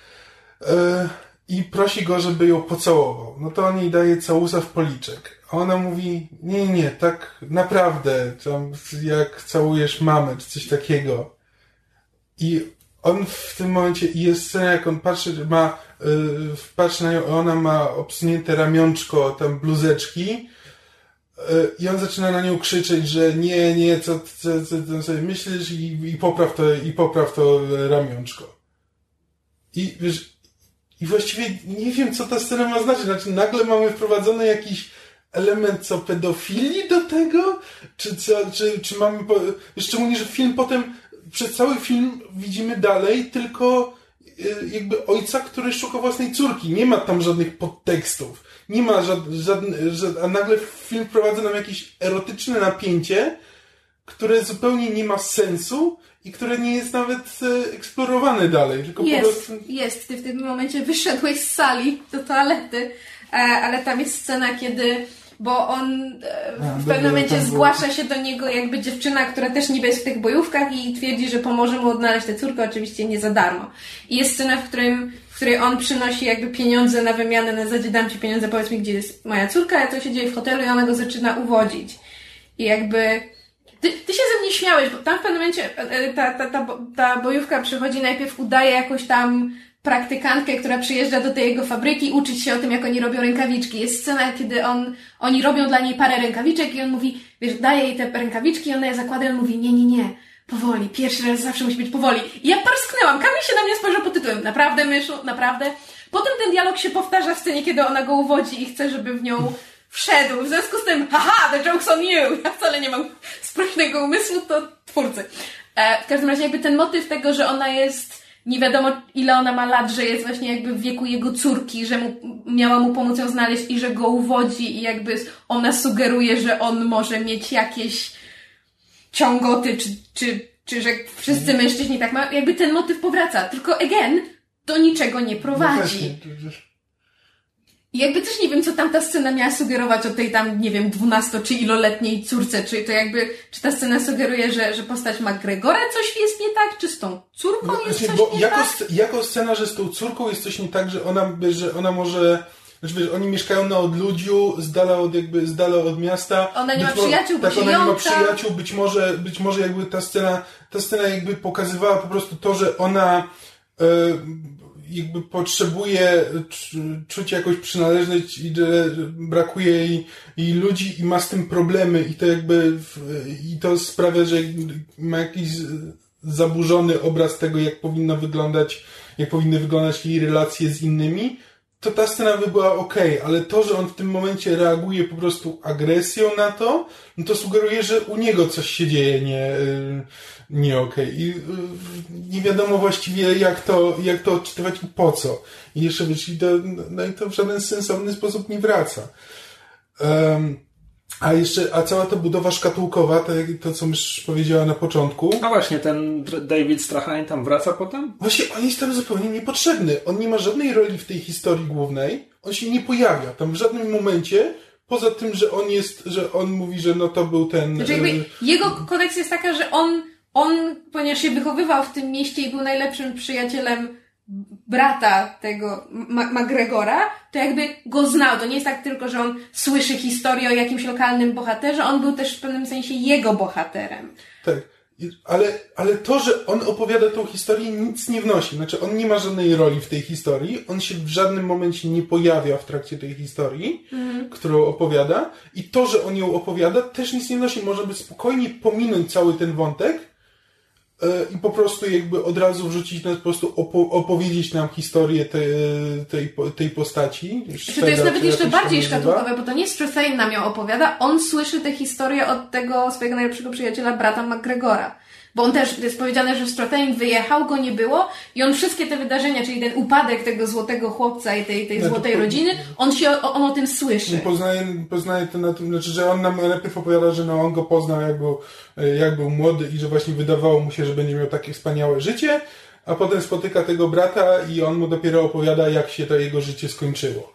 i prosi go, żeby ją pocałował. No to on jej daje całusa w policzek. A ona mówi, nie, nie, tak naprawdę, tam jak całujesz mamę, czy coś takiego. I on w tym momencie, jest scena, jak on patrzy, ma, yy, patrzy na nią, ona ma obsunięte ramionczko, tam bluzeczki, yy, i on zaczyna na nią krzyczeć, że nie, nie, co, co, co, co sobie myślisz i, i popraw to, i popraw to ramionczko. I wiesz, i właściwie nie wiem, co ta scena ma znaczyć. Znaczy, nagle mamy wprowadzony jakiś element co pedofilii do tego? Czy, co, czy, czy mamy... Po... Szczególnie, że film potem, przez cały film widzimy dalej tylko jakby ojca, który szuka własnej córki. Nie ma tam żadnych podtekstów. Nie ma żadnych... Żadne, żadne, a nagle film wprowadza nam jakieś erotyczne napięcie, które zupełnie nie ma sensu i które nie jest nawet eksplorowane dalej. Tylko jest, po prostu... jest. Ty w tym momencie wyszedłeś z sali do toalety, ale tam jest scena, kiedy... Bo on w A, pewnym momencie zgłasza się do niego jakby dziewczyna, która też niby jest w tych bojówkach i twierdzi, że pomoże mu odnaleźć tę córkę, oczywiście nie za darmo. I jest scena, w, którym, w której on przynosi jakby pieniądze na wymianę, na zasadzie dam ci pieniądze, powiedz mi, gdzie jest moja córka, a to się dzieje w hotelu i ona go zaczyna uwodzić. I jakby... Ty, ty się ze mnie śmiałeś, bo tam w pewnym momencie ta, ta, ta, ta bojówka przychodzi, najpierw udaje jakąś tam praktykantkę, która przyjeżdża do tej jego fabryki uczyć się o tym, jak oni robią rękawiczki. Jest scena, kiedy on, oni robią dla niej parę rękawiczek i on mówi, wiesz, daje jej te rękawiczki i ona je zakłada i on mówi, nie, nie, nie, powoli, pierwszy raz zawsze musi być powoli. I ja parsknęłam, Kamil się na mnie spojrzał pod tytułem, naprawdę, myszu, naprawdę. Potem ten dialog się powtarza w scenie, kiedy ona go uwodzi i chce, żeby w nią wszedł. W związku z tym, haha, the joke's on you. Ja wcale nie mam sprytnego umysłu, to twórcy. E, w każdym razie jakby ten motyw tego, że ona jest, nie wiadomo ile ona ma lat, że jest właśnie jakby w wieku jego córki, że mu, miała mu pomóc ją znaleźć i że go uwodzi i jakby ona sugeruje, że on może mieć jakieś ciągoty, czy, czy, czy że wszyscy mężczyźni tak mają. Jakby ten motyw powraca. Tylko again, do niczego nie prowadzi. I jakby też nie wiem, co tam ta scena miała sugerować o tej tam, nie wiem, dwunasto czy iloletniej córce, czy to jakby, czy ta scena sugeruje, że, że postać McGregora coś jest nie tak, czy z tą córką no, jest coś bo nie jako, tak? Jako scena, że z tą córką jest coś nie tak, że ona, że ona może Znaczy, wiesz, oni mieszkają na odludziu, z dala od, jakby, z dala od miasta. Ona nie być ma przyjaciół, tak, bo ona się nie ma jąka. przyjaciół, być może, być może jakby ta scena, ta scena jakby pokazywała po prostu to, że ona e, jakby potrzebuje czuć jakąś przynależność i że brakuje jej, jej ludzi i ma z tym problemy i to jakby w, i to sprawia, że ma jakiś zaburzony obraz tego, jak powinno wyglądać, jak powinny wyglądać jej relacje z innymi, to ta scena by była okej, ale to, że on w tym momencie reaguje po prostu agresją na to, no to sugeruje, że u niego coś się dzieje nie, nie okej. I nie wiadomo właściwie jak to, jak to odczytywać i po co. I jeszcze wiesz, i to, no i to w żaden sensowny sposób nie wraca. Um, A jeszcze, a cała ta budowa szkatułkowa, to, to co już powiedziała na początku. A właśnie, ten David Strathairn tam wraca potem? Właśnie, on jest tam zupełnie niepotrzebny. On nie ma żadnej roli w tej historii głównej. On się nie pojawia tam w żadnym momencie, poza tym, że on jest, że on mówi, że no to był ten... Znaczy jakby y... jego konekcja jest taka, że on, on, ponieważ się wychowywał w tym mieście i był najlepszym przyjacielem brata tego Ma- McGregora, to jakby go znał. To nie jest tak tylko, że on słyszy historię o jakimś lokalnym bohaterze, on był też w pewnym sensie jego bohaterem. Tak, ale, ale to, że on opowiada tą historię, nic nie wnosi. Znaczy, on nie ma żadnej roli w tej historii, on się w żadnym momencie nie pojawia w trakcie tej historii, mm. którą opowiada, i to, że on ją opowiada, też nic nie wnosi. Można by spokojnie pominąć cały ten wątek i po prostu jakby od razu wrzucić nas, po prostu opo- opowiedzieć nam historię te, tej, tej postaci. Czy to jest nawet jeszcze bardziej szkatułkowe, bo to nie Strathairn nam ją opowiada, on słyszy tę historię od tego swojego najlepszego przyjaciela, brata McGregora. Bo on też, jest powiedziane, że Strathairn wyjechał, go nie było i on wszystkie te wydarzenia, czyli ten upadek tego złotego chłopca i tej, tej znaczy, złotej po, rodziny, on się on o tym słyszy. Poznaje, poznaje to na tym, znaczy, że on nam najpierw opowiada, że no on go poznał jak był, jak był młody i że właśnie wydawało mu się, że będzie miał takie wspaniałe życie, a potem spotyka tego brata i on mu dopiero opowiada, jak się to jego życie skończyło.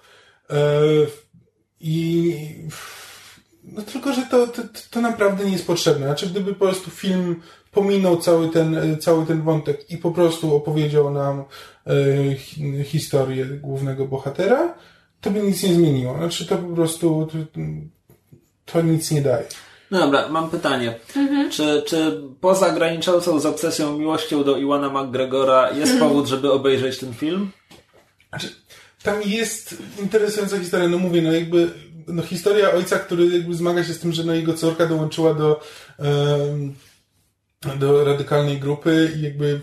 I no tylko, że to, to, to naprawdę nie jest potrzebne. Znaczy, gdyby po prostu film pominął cały ten, cały ten wątek i po prostu opowiedział nam e, hi, historię głównego bohatera, to by nic nie zmieniło. Znaczy, to po prostu to, to nic nie daje. No dobra, mam pytanie. Mhm. Czy, czy poza graniczącą z obsesją miłością do Ewana McGregora jest mhm. powód, żeby obejrzeć ten film? Znaczy, tam jest interesująca historia. No mówię, no jakby no historia ojca, który jakby zmaga się z tym, że no jego córka dołączyła do um, do radykalnej grupy i jakby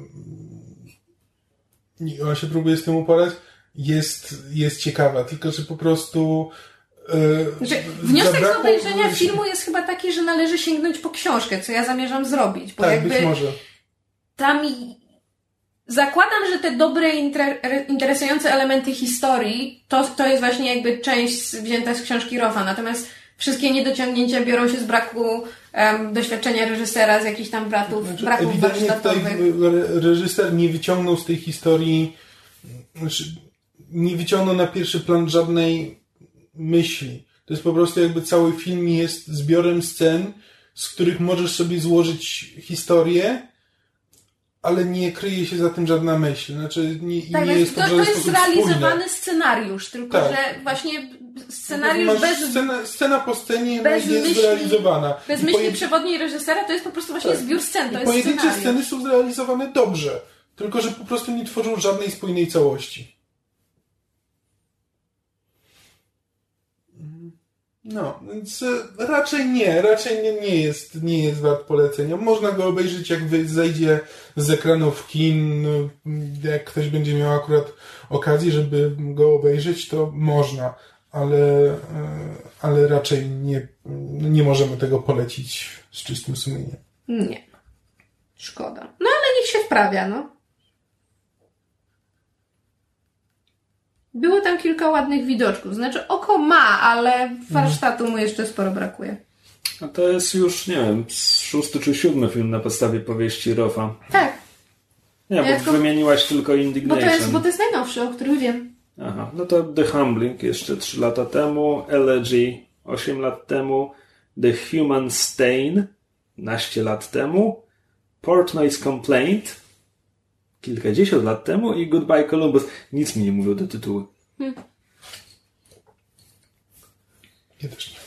i on się próbuje z tym uporać, jest, jest ciekawa, tylko że po prostu e, znaczy, wniosek z obejrzenia filmu jest chyba taki, że należy sięgnąć po książkę, co ja zamierzam zrobić, bo tak, jakby być może. Tam i... zakładam, że te dobre, inter... interesujące elementy historii to, to jest właśnie jakby część wzięta z książki Roffa, natomiast wszystkie niedociągnięcia biorą się z braku um, doświadczenia reżysera, z jakichś tam bratów, znaczy, braków warsztatowych. Reżyser nie wyciągnął z tej historii, znaczy, nie wyciągnął na pierwszy plan żadnej myśli. To jest po prostu jakby cały film jest zbiorem scen, z których możesz sobie złożyć historię, ale nie kryje się za tym żadna myśl. Znaczy, nie, tak, nie jest to, to jest zrealizowany scenariusz, tylko tak. że właśnie scenariusz Masz bez... Scena, scena po scenie bez jest myśli, zrealizowana. Bez I myśli pojedyn... przewodniej reżysera to jest po prostu właśnie tak. zbiór scen, to I jest pojedyncze scenariusz. sceny są zrealizowane dobrze, tylko że po prostu nie tworzą żadnej spójnej całości. No, więc raczej nie, raczej nie, nie jest, nie jest wart polecenia. Można go obejrzeć, jak zejdzie z ekranów kin, jak ktoś będzie miał akurat okazję, żeby go obejrzeć, to można, ale, ale raczej nie, nie możemy tego polecić z czystym sumieniem. Nie. Szkoda. No ale niech się wprawia, no. Było tam kilka ładnych widoczków. Znaczy oko ma, ale warsztatu mu jeszcze sporo brakuje. A to jest już, nie wiem, szósty czy siódmy film na podstawie powieści Roffa. Tak. Nie, bo ja tylko... wymieniłaś tylko Indignation. Bo to, jest, bo to jest najnowszy, o którym wiem. Aha, no to The Humbling jeszcze trzy lata temu, Elegy osiem lat temu, The Human Stain naście lat temu, Portnoy's Complaint kilkadziesiąt lat temu i Goodbye Columbus. Nic mi nie mówią te tytuły. Hmm. Ja też nie.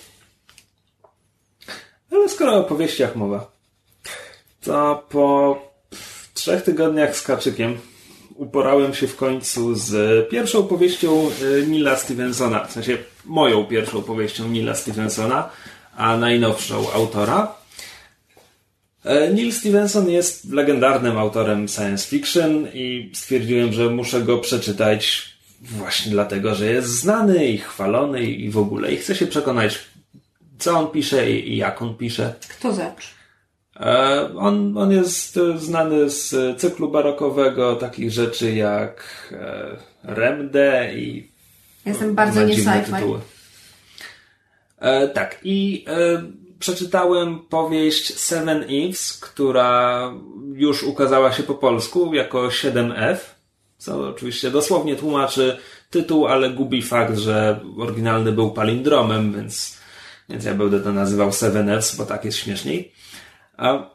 Ale skoro o opowieściach mowa, to po trzech tygodniach z kaczykiem uporałem się w końcu z pierwszą powieścią Neila Stephensona, w sensie moją pierwszą powieścią Neila Stephensona, a najnowszą autora. Neil Stephenson jest legendarnym autorem science fiction i stwierdziłem, że muszę go przeczytać właśnie dlatego, że jest znany i chwalony i w ogóle. I chcę się przekonać, co on pisze i jak on pisze. Kto zaczął? On, on jest znany z cyklu barokowego, takich rzeczy jak Remde i... Jestem bardzo nie sci-fi. E, tak, i e, przeczytałem powieść Seven Eves, która już ukazała się po polsku jako siedem F, co oczywiście dosłownie tłumaczy tytuł, ale gubi fakt, że oryginalny był palindromem, więc, więc ja będę to nazywał Seven Fs, bo tak jest śmieszniej. A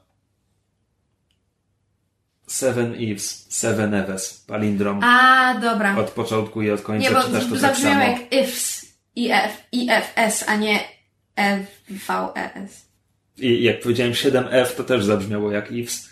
Seven Eves, Seven Eves, palindrom. A, dobra. Od początku i od końca. Nie, bo czytasz to zabrzmiało tak jak ifs, if, ifs, a nie F V E S. I jak powiedziałem siedem F, to też zabrzmiało jak ifs.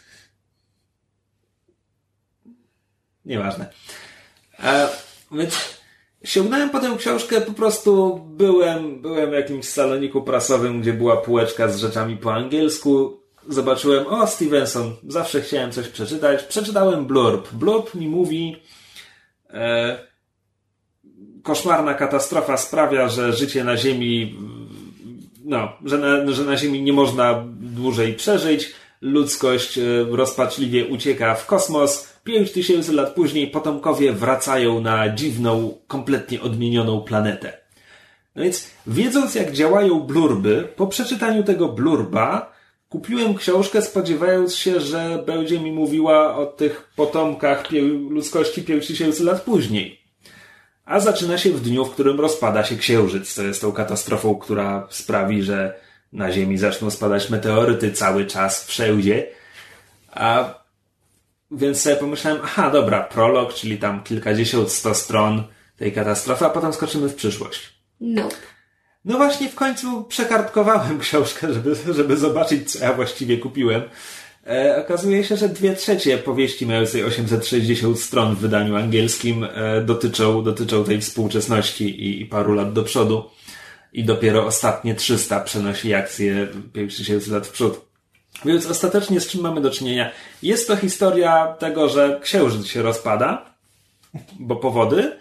Nieważne. E, więc sięgnąłem po tę książkę, po prostu byłem, byłem w jakimś saloniku prasowym, gdzie była półeczka z rzeczami po angielsku. Zobaczyłem, o, Stevenson, zawsze chciałem coś przeczytać. Przeczytałem blurb. Blurb mi mówi, e, koszmarna katastrofa sprawia, że życie na Ziemi, no, że na, że na Ziemi nie można dłużej przeżyć. Ludzkość e, rozpaczliwie ucieka w kosmos. Pięć tysięcy lat później potomkowie wracają na dziwną, kompletnie odmienioną planetę. No więc, wiedząc jak działają blurby, po przeczytaniu tego blurba kupiłem książkę, spodziewając się, że będzie mi mówiła o tych potomkach pię- ludzkości pięć tysięcy lat później. A zaczyna się w dniu, w którym rozpada się Księżyc, co jest tą katastrofą, która sprawi, że na Ziemi zaczną spadać meteoryty cały czas, wszędzie. A więc sobie pomyślałem, aha, dobra, prolog, czyli tam kilkadziesiąt, sto stron tej katastrofy, a potem skoczymy w przyszłość. Nope. No właśnie w końcu przekartkowałem książkę, żeby, żeby zobaczyć, co ja właściwie kupiłem. E, okazuje się, że dwie trzecie powieści mającej osiemset sześćdziesiąt stron w wydaniu angielskim e, dotyczą, dotyczą tej współczesności i, i paru lat do przodu. I dopiero ostatnie trzysta przenosi akcję pięć tysięcy lat w przód. Więc ostatecznie z czym mamy do czynienia? Jest to historia tego, że Księżyc się rozpada, bo powody,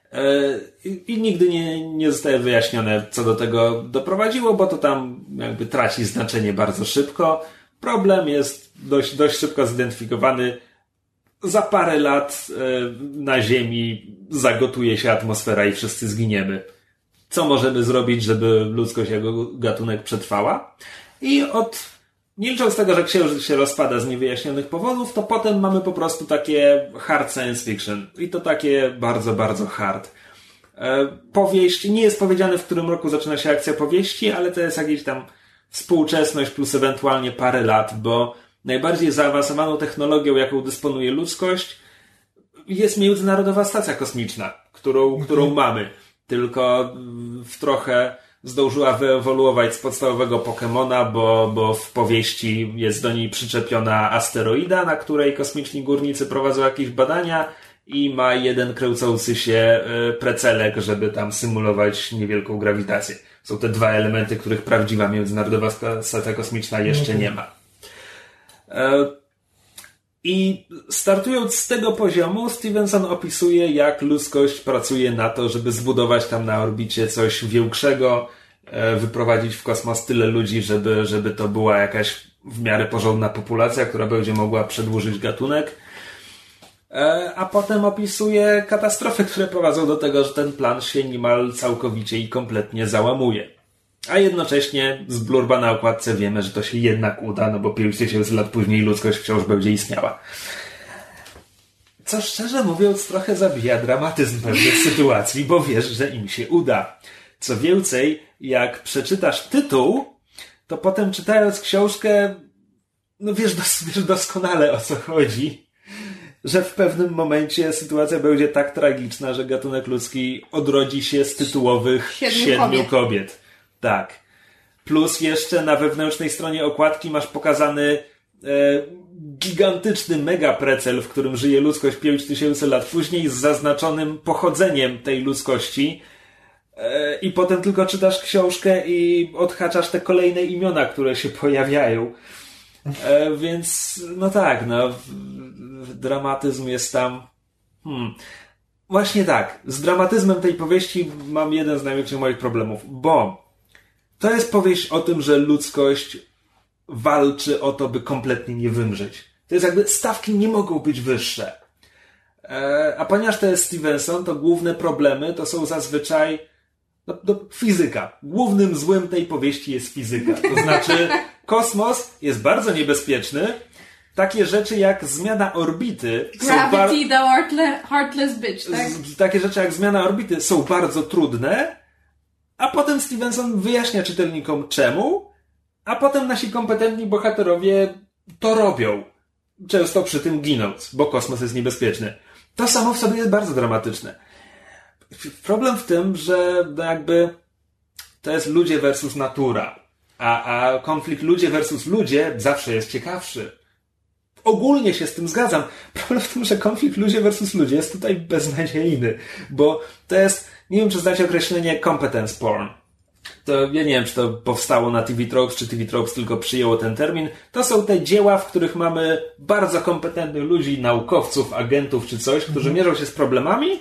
I, i nigdy nie, nie zostaje wyjaśnione, co do tego doprowadziło, bo to tam jakby traci znaczenie bardzo szybko. Problem jest dość, dość szybko zidentyfikowany. Za parę lat na Ziemi zagotuje się atmosfera i wszyscy zginiemy. Co możemy zrobić, żeby ludzkość jako gatunek przetrwała? I od nie licząc tego, że Księżyc się rozpada z niewyjaśnionych powodów, to potem mamy po prostu takie hard science fiction. I to takie bardzo, bardzo hard. E, powieść, nie jest powiedziane, w którym roku zaczyna się akcja powieści, ale to jest jakaś tam współczesność plus ewentualnie parę lat, bo najbardziej zaawansowaną technologią, jaką dysponuje ludzkość, jest Międzynarodowa Stacja Kosmiczna, którą, którą mamy. Tylko w trochę zdążyła wyewoluować z podstawowego Pokemona, bo, bo w powieści jest do niej przyczepiona asteroida, na której kosmiczni górnicy prowadzą jakieś badania i ma jeden kręcący się precelek, żeby tam symulować niewielką grawitację. Są te dwa elementy, których prawdziwa Międzynarodowa Stacja Kosmiczna jeszcze nie ma. I startując z tego poziomu, Stevenson opisuje, jak ludzkość pracuje na to, żeby zbudować tam na orbicie coś większego, wyprowadzić w kosmos tyle ludzi, żeby, żeby to była jakaś w miarę porządna populacja, która będzie mogła przedłużyć gatunek. A potem opisuje katastrofy, które prowadzą do tego, że ten plan się niemal całkowicie i kompletnie załamuje. A jednocześnie z blurba na okładce wiemy, że to się jednak uda, no bo pięć tysięcy lat później ludzkość wciąż będzie istniała. Co szczerze mówiąc trochę zabija dramatyzm pewnych sytuacji, bo wiesz, że im się uda. Co więcej, jak przeczytasz tytuł, to potem czytając książkę, no wiesz, dos- wiesz doskonale o co chodzi, że w pewnym momencie sytuacja będzie tak tragiczna, że gatunek ludzki odrodzi się z tytułowych siedmiu, siedmiu kobiet. kobiet. Tak. Plus jeszcze na wewnętrznej stronie okładki masz pokazany e, gigantyczny mega precel, w którym żyje ludzkość pięć tysięcy lat później z zaznaczonym pochodzeniem tej ludzkości. E, I potem tylko czytasz książkę i odhaczasz te kolejne imiona, które się pojawiają. E, więc no tak, no w, w, dramatyzm jest tam... Hmm. Właśnie tak. Z dramatyzmem tej powieści mam jeden z największych moich problemów, bo to jest powieść o tym, że ludzkość walczy o to, by kompletnie nie wymrzeć. To jest jakby, stawki nie mogą być wyższe. E, a ponieważ to jest Stevenson, to główne problemy to są zazwyczaj no, no, fizyka. Głównym złem tej powieści jest fizyka. To znaczy kosmos jest bardzo niebezpieczny. Takie rzeczy jak zmiana orbity... Gravity, the heartless, heartless bitch, tak? Z, takie rzeczy jak zmiana orbity są bardzo trudne, a potem Stevenson wyjaśnia czytelnikom czemu, a potem nasi kompetentni bohaterowie to robią. Często przy tym ginąc, bo kosmos jest niebezpieczny. To samo w sobie jest bardzo dramatyczne. Problem w tym, że no jakby to jest ludzie versus natura, a, a konflikt ludzie versus ludzie zawsze jest ciekawszy. Ogólnie się z tym zgadzam. Problem w tym, że konflikt ludzie versus ludzie jest tutaj beznadziejny, bo to jest, nie wiem, czy znacie określenie competence porn. To ja nie wiem, czy to powstało na T V Tropes, czy T V Tropes tylko przyjęło ten termin. To są te dzieła, w których mamy bardzo kompetentnych ludzi, naukowców, agentów czy coś, którzy mm. mierzą się z problemami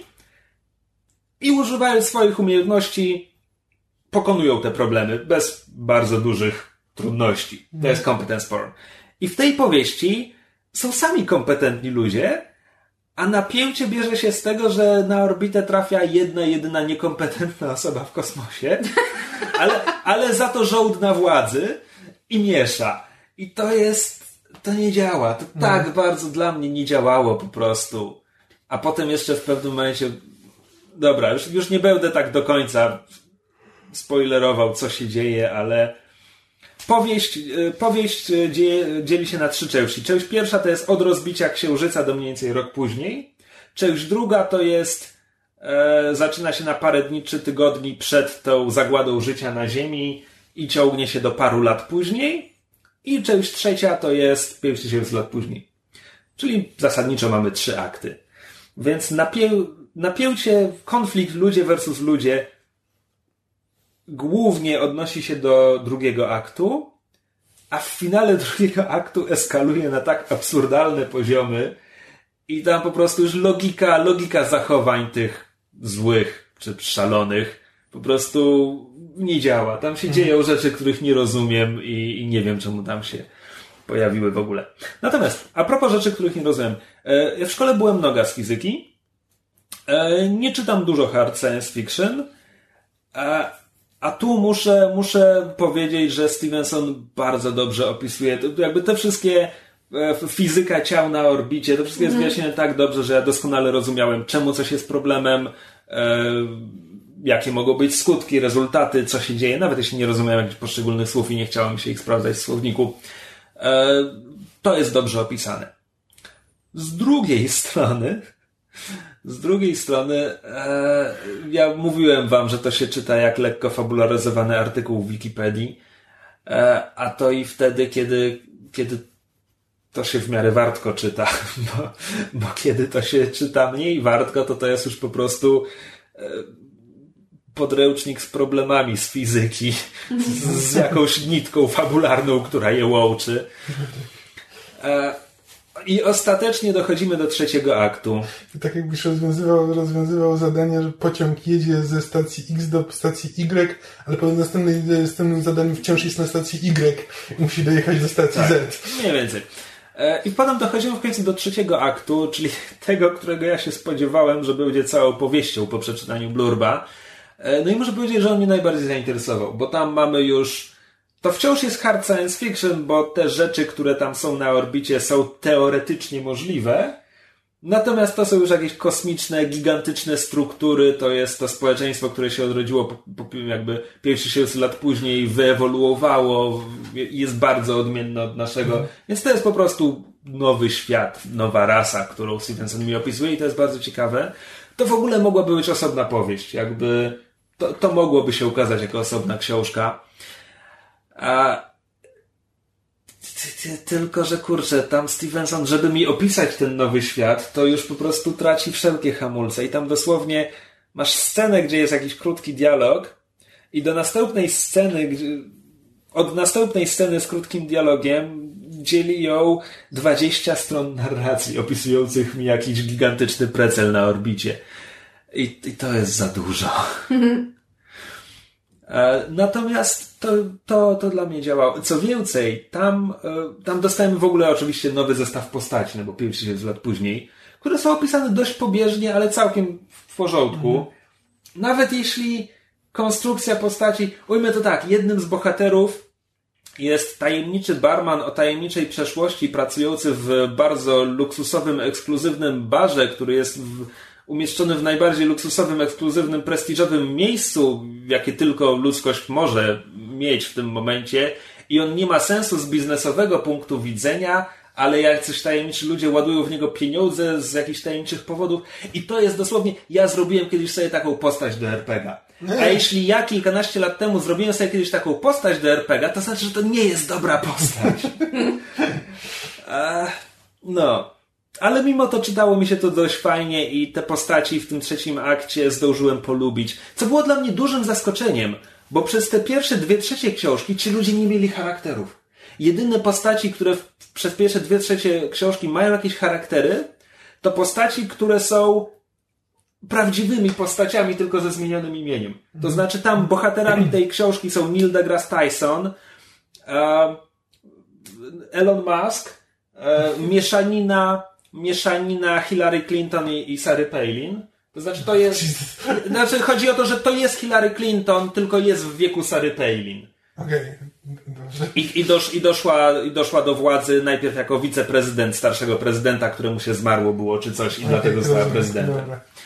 i używając swoich umiejętności pokonują te problemy bez bardzo dużych trudności. To jest competence porn. I w tej powieści są sami kompetentni ludzie, a napięcie bierze się z tego, że na orbitę trafia jedna, jedyna niekompetentna osoba w kosmosie, ale, ale za to żołd władzy i miesza. I to jest... to nie działa. To no. tak bardzo dla mnie nie działało po prostu. A potem jeszcze w pewnym momencie... Dobra, już, już nie będę tak do końca spoilerował, co się dzieje, ale... Powieść, powieść dzieje, dzieli się na trzy części. Część pierwsza to jest od rozbicia Księżyca do mniej więcej rok później. Część druga to jest e, zaczyna się na parę dni czy tygodni przed tą zagładą życia na Ziemi i ciągnie się do paru lat później. I część trzecia to jest pięć tysięcy lat później. Czyli zasadniczo mamy trzy akty. Więc napię, napięcie, konflikt ludzie versus ludzie głównie odnosi się do drugiego aktu, a w finale drugiego aktu eskaluje na tak absurdalne poziomy i tam po prostu już logika, logika zachowań tych złych czy szalonych po prostu nie działa. Tam się mhm. dzieją rzeczy, których nie rozumiem i, i nie wiem, czemu tam się pojawiły w ogóle. Natomiast, a propos rzeczy, których nie rozumiem. Ja w szkole byłem noga z fizyki. Nie czytam dużo hard science fiction, a tu muszę, muszę powiedzieć, że Stevenson bardzo dobrze opisuje jakby te wszystkie fizyka ciał na orbicie, to wszystko jest mm. wyjaśnione tak dobrze, że ja doskonale rozumiałem, czemu coś jest problemem, e, jakie mogą być skutki, rezultaty, co się dzieje, nawet jeśli nie rozumiałem jakichś poszczególnych słów i nie chciałem się ich sprawdzać w słowniku. E, to jest dobrze opisane. Z drugiej strony Z drugiej strony, e, ja mówiłem wam, że to się czyta jak lekko fabularyzowany artykuł w Wikipedii, e, a to i wtedy, kiedy, kiedy to się w miarę wartko czyta, bo, bo kiedy to się czyta mniej wartko, to to jest już po prostu e, podręcznik z problemami z fizyki, z, z jakąś nitką fabularną, która je łączy. E, I ostatecznie dochodzimy do trzeciego aktu. Tak jakbyś rozwiązywał, rozwiązywał zadania, że pociąg jedzie ze stacji X do stacji Y, ale po następnym, następnym zadaniu wciąż jest na stacji Y i musi dojechać do stacji tak, Z. Mniej więcej. I potem dochodzimy w końcu do trzeciego aktu, czyli tego, którego ja się spodziewałem, że będzie całą powieścią po przeczytaniu blurba. No i muszę powiedzieć, że on mnie najbardziej zainteresował, bo tam mamy już... To wciąż jest hard science fiction, bo te rzeczy, które tam są na orbicie, są teoretycznie możliwe. Natomiast to są już jakieś kosmiczne, gigantyczne struktury. To jest to społeczeństwo, które się odrodziło po, po jakby pięć tysięcy lat później, wyewoluowało, jest bardzo odmienne od naszego. Mhm. Więc to jest po prostu nowy świat, nowa rasa, którą Stevenson mi opisuje i to jest bardzo ciekawe. To w ogóle mogłaby być osobna powieść. Jakby to, to mogłoby się ukazać jako osobna książka. A tylko, że kurczę, tam Stevenson, żeby mi opisać ten nowy świat, to już po prostu traci wszelkie hamulce i tam dosłownie masz scenę, gdzie jest jakiś krótki dialog i do następnej sceny, od następnej sceny z krótkim dialogiem dzieli ją dwadzieścia stron narracji opisujących mi jakiś gigantyczny precel na orbicie. I, i to jest za dużo. Natomiast to, to, to dla mnie działało. Co więcej, tam, tam dostałem w ogóle oczywiście nowy zestaw postaci, no bo pierwszy jest lat później, które są opisane dość pobieżnie, ale całkiem w porządku. Mhm. Nawet jeśli konstrukcja postaci, ujmę to tak, jednym z bohaterów jest tajemniczy barman o tajemniczej przeszłości, pracujący w bardzo luksusowym, ekskluzywnym barze, który jest w umieszczony w najbardziej luksusowym, ekskluzywnym, prestiżowym miejscu, jakie tylko ludzkość może mieć w tym momencie i on nie ma sensu z biznesowego punktu widzenia, ale jacyś tajemniczy ludzie ładują w niego pieniądze z jakichś tajemniczych powodów i to jest dosłownie, ja zrobiłem kiedyś sobie taką postać do er pe gie a. A jeśli ja kilkanaście lat temu zrobiłem sobie kiedyś taką postać do er pe gie a, to znaczy, że to nie jest dobra postać. No... Ale mimo to czytało mi się to dość fajnie i te postaci w tym trzecim akcie zdążyłem polubić. Co było dla mnie dużym zaskoczeniem, bo przez te pierwsze dwie trzecie książki ci ludzie nie mieli charakterów. Jedyne postaci, które w, przez pierwsze dwie trzecie książki mają jakieś charaktery, to postaci, które są prawdziwymi postaciami, tylko ze zmienionym imieniem. To znaczy tam bohaterami tej książki są Neil deGrasse Tyson, e, Elon Musk, e, mieszanina mieszanina Hillary Clinton i, i Sarah Palin. To znaczy to jest... Znaczy chodzi o to, że to jest Hillary Clinton, tylko jest w wieku Sarah Palin. Okej, dobrze. I, i, dosz, i, doszła, I doszła do władzy najpierw jako wiceprezydent starszego prezydenta, któremu się zmarło było czy coś i okay, dlatego została prezydentem.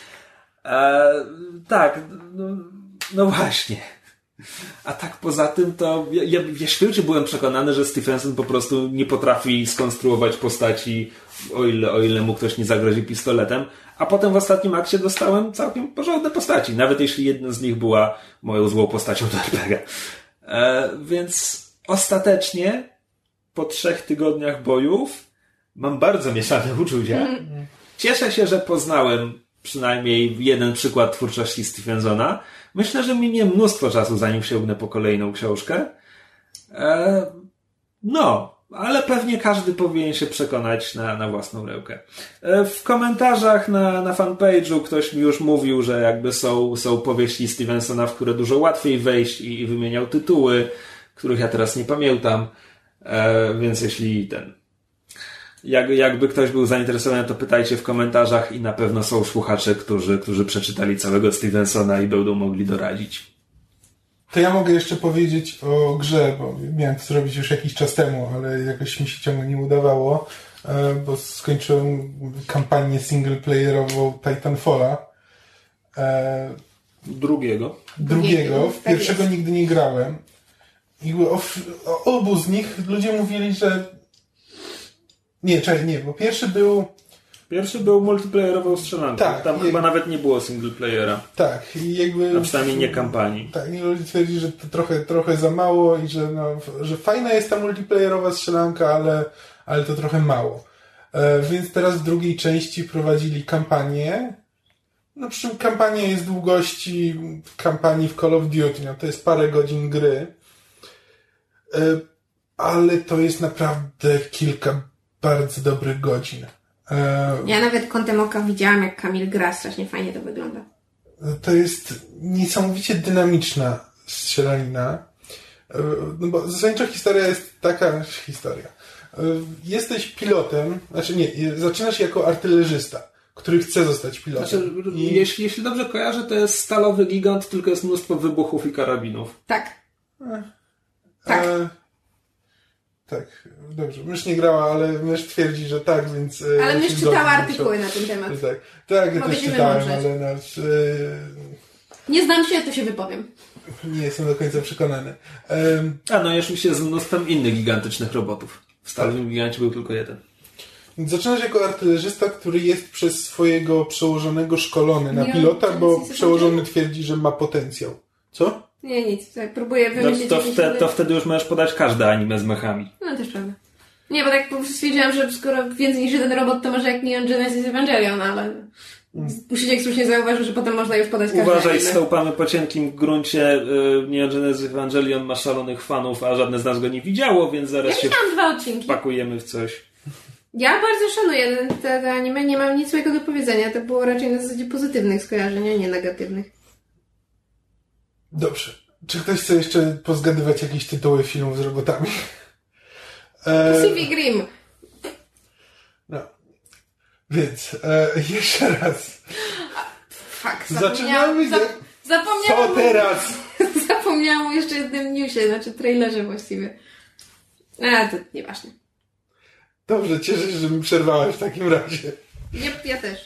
E, tak, no, no właśnie. A tak poza tym to ja, ja, ja świetnie byłem przekonany, że Stevenson po prostu nie potrafi skonstruować postaci, o ile, o ile mu ktoś nie zagrozi pistoletem, a potem w ostatnim akcie dostałem całkiem porządne postaci, nawet jeśli jedna z nich była moją złą postacią do er pe gie. E, więc ostatecznie po trzech tygodniach bojów mam bardzo mieszane uczucia. Cieszę się, że poznałem przynajmniej jeden przykład twórczości Stevensona. Myślę, że minie mnóstwo czasu, zanim sięgnę po kolejną książkę. E, no, ale pewnie każdy powinien się przekonać na, na własną rękę. E, w komentarzach na, na fanpage'u ktoś mi już mówił, że jakby są, są powieści Stevensona, w które dużo łatwiej wejść i, i wymieniał tytuły, których ja teraz nie pamiętam. E, więc jeśli ten... Jak, jakby ktoś był zainteresowany, to pytajcie w komentarzach i na pewno są słuchacze, którzy, którzy przeczytali całego Stevensona i będą mogli doradzić. To ja mogę jeszcze powiedzieć o grze, bo miałem to zrobić już jakiś czas temu, ale jakoś mi się ciągle nie udawało, bo skończyłem kampanię singleplayerową Titanfalla. Drugiego. Drugiego. W pierwszego nigdy nie grałem. I o, o obu z nich ludzie mówili, że Nie, czekaj, nie, bo pierwszy był... Pierwszy był multiplayerową strzelanką. Tak. Tam i... chyba nawet nie było singleplayera. Tak. I jakby... A przynajmniej nie kampanii. Tak, i ludzie twierdzi, że to trochę, trochę za mało i że, no, że fajna jest ta multiplayerowa strzelanka, ale, ale to trochę mało. E, więc teraz w drugiej części prowadzili kampanię. No przy czym kampania jest długości kampanii w Call of Duty. No, to jest parę godzin gry. E, ale to jest naprawdę kilka bardzo dobrych godzin. E... Ja nawet kątem oka widziałam, jak Kamil gra, strasznie fajnie to wygląda. To jest niesamowicie dynamiczna strzelanina. E, no bo zasadniczo historia jest taka historia. E, jesteś pilotem, znaczy nie, zaczynasz jako artylerzysta, który chce zostać pilotem. Znaczy, I... jeśli, jeśli dobrze kojarzę, to jest stalowy gigant, tylko jest mnóstwo wybuchów i karabinów. Tak. E... Tak. E... Tak, dobrze. Mysz nie grała, ale mysz twierdzi, że tak, więc... Ale mysz czytała artykuły na ten temat. Tak, tak ja też czytałem, mądrzeć. ale... Nasz, yy... Nie znam się, to się wypowiem. Nie jestem do końca przekonany. Um... A no, jeszcze się z mnóstwem innych gigantycznych robotów. W Stalowym tak. Gigancie był tylko jeden. Więc zaczynasz jako artylerzysta, który jest przez swojego przełożonego szkolony na pilota, bo przełożony twierdzi, że ma potencjał. Co? Nie, nic. Tak, próbuję wymyślić... No, to, wte, to wtedy już możesz podać każde anime z mechami. No też prawda. Nie, bo tak po prostu stwierdziłam, że skoro więcej niż jeden robot, to może jak Neon Genesis Evangelion, ale... Hmm. Musicie słusznie zauważyć, że potem można już podać każde Uważaj, anime. stąpamy po cienkim gruncie. Neon Genesis Evangelion ma szalonych fanów, a żadne z nas go nie widziało, więc zaraz ja się dwa odcinki. pakujemy w coś. Ja bardzo szanuję te, te anime, nie mam nic złego do powiedzenia. To było raczej na zasadzie pozytywnych skojarzeń, a nie negatywnych. Dobrze. Czy ktoś chce jeszcze pozgadywać jakieś tytuły filmów z robotami? Pacific Rim. No. Więc e, jeszcze raz. Fuck, zaczynamy. Zap, zapomniałam. Co teraz? Zapomniałam o jeszcze jednym newsie, znaczy trailerze właściwie. A, to nieważne. Dobrze, cieszę się, że mi przerwałeś w takim razie. Nie, ja też.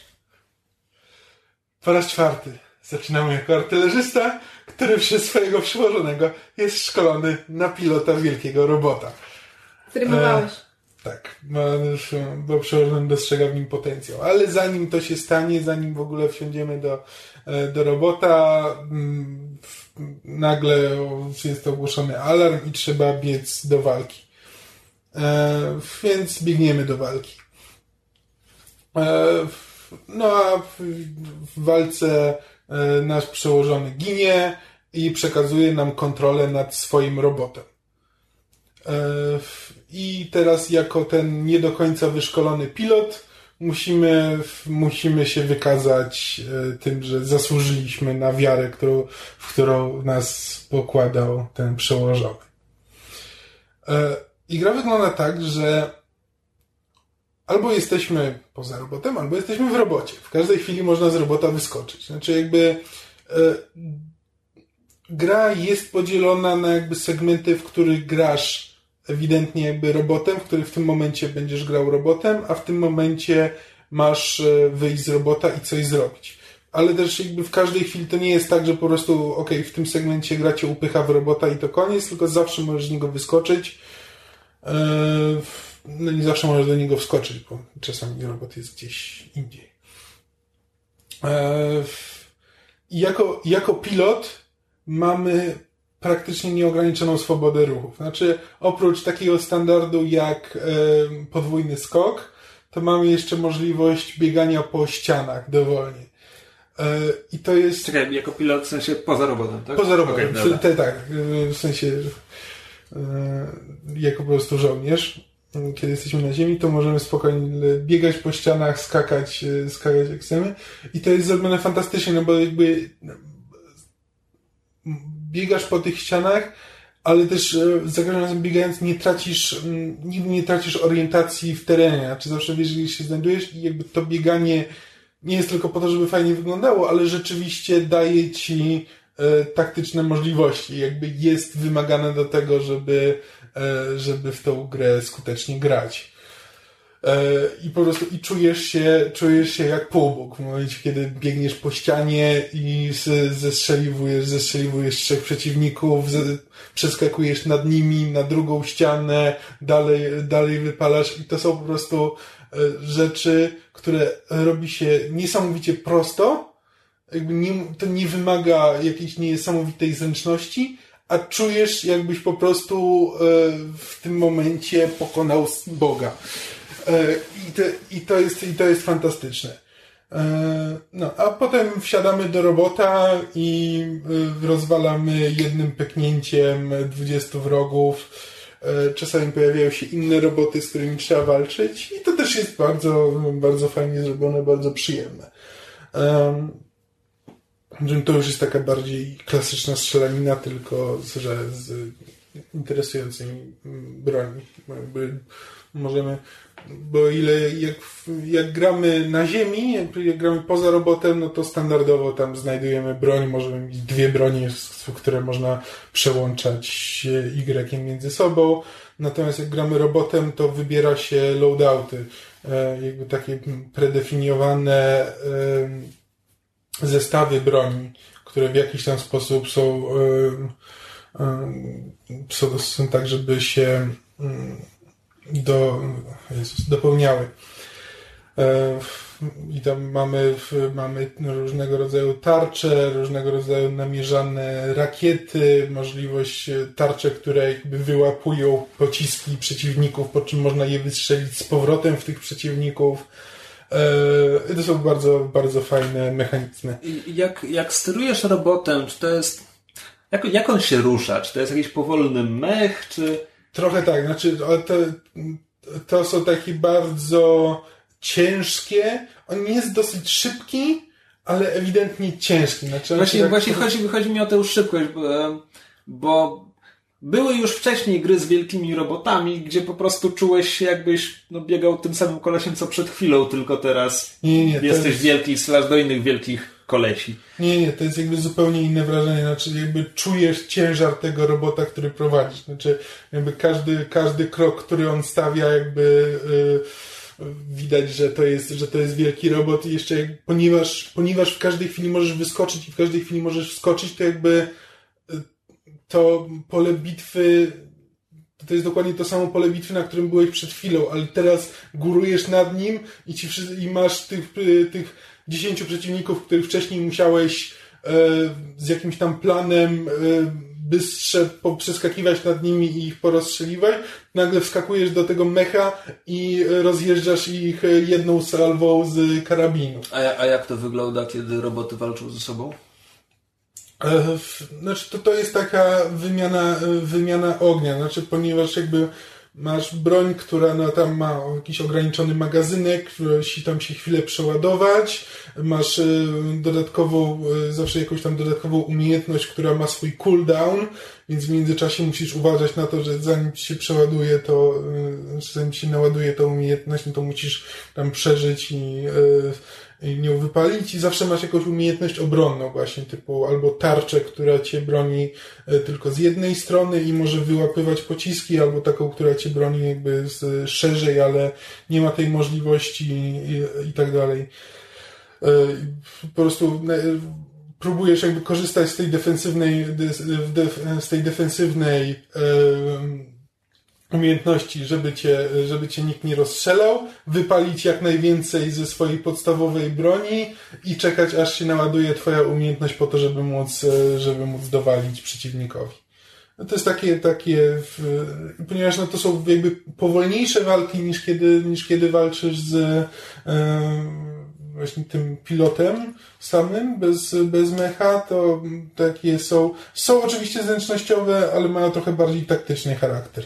Po raz czwarty. Zaczynamy jako artylerzysta, który przez swojego przełożonego jest szkolony na pilota wielkiego robota. Trymowałeś. E, tak, bo przełożony dostrzega w nim potencjał. Ale zanim to się stanie, zanim w ogóle wsiądziemy do, do robota, nagle jest ogłoszony alarm i trzeba biec do walki. E, więc biegniemy do walki. E, no a w, w walce e, nasz przełożony ginie i przekazuje nam kontrolę nad swoim robotem. E, I teraz jako ten nie do końca wyszkolony pilot musimy, musimy się wykazać e, tym, że zasłużyliśmy na wiarę, którą, w którą nas pokładał ten przełożony. E, I gra wygląda tak, że albo jesteśmy poza robotem, albo jesteśmy w robocie. W każdej chwili można z robota wyskoczyć. Znaczy jakby e, gra jest podzielona na jakby segmenty, w których grasz ewidentnie jakby robotem, w których w tym momencie będziesz grał robotem, a w tym momencie masz e, wyjść z robota i coś zrobić. Ale też jakby w każdej chwili to nie jest tak, że po prostu okej, okay, w tym segmencie gra cię upycha w robota i to koniec, tylko zawsze możesz z niego wyskoczyć. No nie zawsze możesz do niego wskoczyć, bo czasami robot jest gdzieś indziej. I jako, jako pilot mamy praktycznie nieograniczoną swobodę ruchów. Znaczy, oprócz takiego standardu jak podwójny skok, to mamy jeszcze możliwość biegania po ścianach dowolnie. I to jest... Czekaj, jako pilot w sensie poza robotem, tak? Poza robotem, Okay, te, tak, w sensie jako po prostu żołnierz. Kiedy jesteśmy na ziemi, to możemy spokojnie biegać po ścianach, skakać, skakać jak chcemy. I to jest zrobione fantastycznie, no bo jakby biegasz po tych ścianach, ale też za każdym razem biegając nie tracisz, nigdy nie tracisz orientacji w terenie. Znaczy zawsze wiesz, gdzie się znajdujesz i jakby to bieganie nie jest tylko po to, żeby fajnie wyglądało, ale rzeczywiście daje ci e, taktyczne możliwości. Jakby jest wymagane do tego, żeby, e, żeby w tą grę skutecznie grać. E, I po prostu i czujesz się, czujesz się jak półbóg w momencie, kiedy biegniesz po ścianie i z, zestrzeliwujesz, zestrzeliwujesz trzech przeciwników, z, przeskakujesz nad nimi na drugą ścianę, dalej, dalej wypalasz i to są po prostu rzeczy, które robi się niesamowicie prosto, jakby nie, to nie wymaga jakiejś niesamowitej zręczności, a czujesz, jakbyś po prostu w tym momencie pokonał Boga. I to, i to jest, i to jest fantastyczne. No, a potem wsiadamy do robota i rozwalamy jednym pyknięciem dwudziestu wrogów. Czasami pojawiają się inne roboty, z którymi trzeba walczyć i to też jest bardzo, bardzo fajnie zrobione, bardzo przyjemne. Um, to już jest taka bardziej klasyczna strzelanina, tylko że z interesującymi broni. Jakby możemy, bo ile jak, jak gramy na ziemi, jak, jak gramy poza robotem, no to standardowo tam znajdujemy broń, możemy mieć dwie bronie, które można przełączać Y między sobą, natomiast jak gramy robotem, to wybiera się loadouty, jakby takie predefiniowane zestawy broni, które w jakiś tam sposób są, są, są tak, żeby się do, Jezus, dopełniały. I tam mamy, mamy różnego rodzaju tarcze, różnego rodzaju namierzane rakiety, możliwość tarcze, które jakby wyłapują pociski przeciwników, po czym można je wystrzelić z powrotem w tych przeciwników. I to są bardzo, bardzo fajne mechanizmy. I jak, jak sterujesz robotem, czy to jest... Jak, jak on się rusza? Czy to jest jakiś powolny mech, czy... Trochę tak, znaczy to, to są takie bardzo ciężkie. On nie jest dosyć szybki, ale ewidentnie ciężki. Znaczy, właśnie tak... właśnie chodzi, chodzi mi o tę szybkość, bo, bo były już wcześniej gry z wielkimi robotami, gdzie po prostu czułeś się, jakbyś no, biegał tym samym kolesiem, co przed chwilą, tylko teraz nie, nie, jesteś jest... wielki i strzelasz do innych wielkich kolesi. Nie, nie, to jest jakby zupełnie inne wrażenie. Znaczy jakby czujesz ciężar tego robota, który prowadzisz. Znaczy jakby każdy, każdy krok, który on stawia, jakby yy, widać, że to jest, że to jest wielki robot i jeszcze jak, ponieważ, ponieważ w każdej chwili możesz wyskoczyć i w każdej chwili możesz wskoczyć, to jakby yy, to pole bitwy to jest dokładnie to samo pole bitwy, na którym byłeś przed chwilą, ale teraz górujesz nad nim i, ci, i masz tych, tych dziesięciu przeciwników, których wcześniej musiałeś e, z jakimś tam planem e, bystrze przeskakiwać nad nimi i ich porozstrzeliwać. Nagle wskakujesz do tego mecha i rozjeżdżasz ich jedną salwą z karabinu. A, a jak to wygląda, kiedy roboty walczą ze sobą? E, znaczy to, to jest taka wymiana, wymiana ognia, znaczy ponieważ jakby masz broń, która no, tam ma jakiś ograniczony magazynek, musi tam się chwilę przeładować, masz y, dodatkową, y, zawsze jakąś tam dodatkową umiejętność, która ma swój cooldown, więc w międzyczasie musisz uważać na to, że zanim ci się przeładuje to, y, zanim ci się naładuje ta umiejętność, no to musisz tam przeżyć i y, i nią wypalić i zawsze masz jakąś umiejętność obronną właśnie, typu albo tarczę, która cię broni tylko z jednej strony i może wyłapywać pociski, albo taką, która cię broni jakby z szerzej, ale nie ma tej możliwości i, i tak dalej. Po prostu próbujesz jakby korzystać z tej defensywnej z tej defensywnej umiejętności, żeby cię, żeby cię nikt nie rozstrzelał, wypalić jak najwięcej ze swojej podstawowej broni i czekać, aż się naładuje twoja umiejętność po to, żeby móc, żeby móc dowalić przeciwnikowi. No to jest takie, takie, ponieważ no to są jakby powolniejsze walki niż kiedy, niż kiedy walczysz z e, właśnie tym pilotem samym, bez, bez mecha, to takie są, są oczywiście zręcznościowe, ale mają trochę bardziej taktyczny charakter.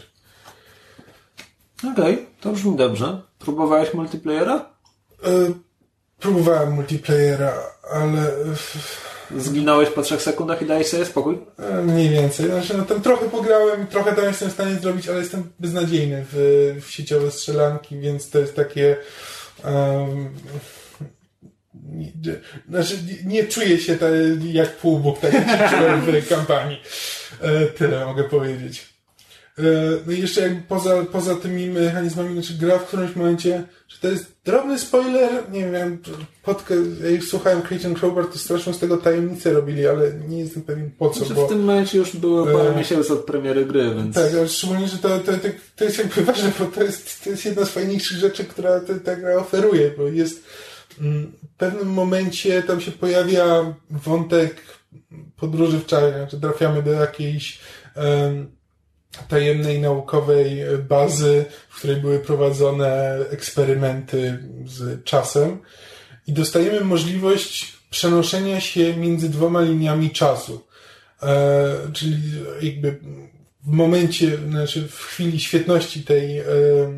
Okej, okay, to brzmi dobrze. Próbowałeś multiplayera? E, próbowałem multiplayera, ale... Zginąłeś po trzech sekundach i dałeś sobie spokój? E, mniej więcej. Znaczy, no tam trochę pograłem, trochę tam jestem w stanie zrobić, ale jestem beznadziejny w, w sieciowe strzelanki, więc to jest takie... Um, nie, znaczy, nie czuję się ta, jak półbóg, tak jak się czułem w kampanii. E, tyle mogę powiedzieć. No i jeszcze jakby poza, poza tymi mechanizmami, znaczy gra w którymś momencie, że to jest drobny spoiler, nie wiem, podcast, ja już słuchałem Creature Crowbar, to straszną z tego tajemnicę robili, ale nie jestem pewien po co, znaczy, bo... w tym momencie już było parę e... miesięcy od premiery gry, więc... Tak, ale szczególnie, że to, to, to, to jest jakby ważne, bo to jest, to jest jedna z fajniejszych rzeczy, która ta, ta gra oferuje, bo jest w pewnym momencie tam się pojawia wątek podróży w czasie, znaczy trafiamy do jakiejś um, tajemnej naukowej bazy, w której były prowadzone eksperymenty z czasem i dostajemy możliwość przenoszenia się między dwoma liniami czasu. E, czyli jakby w momencie, znaczy w chwili świetności tej, e,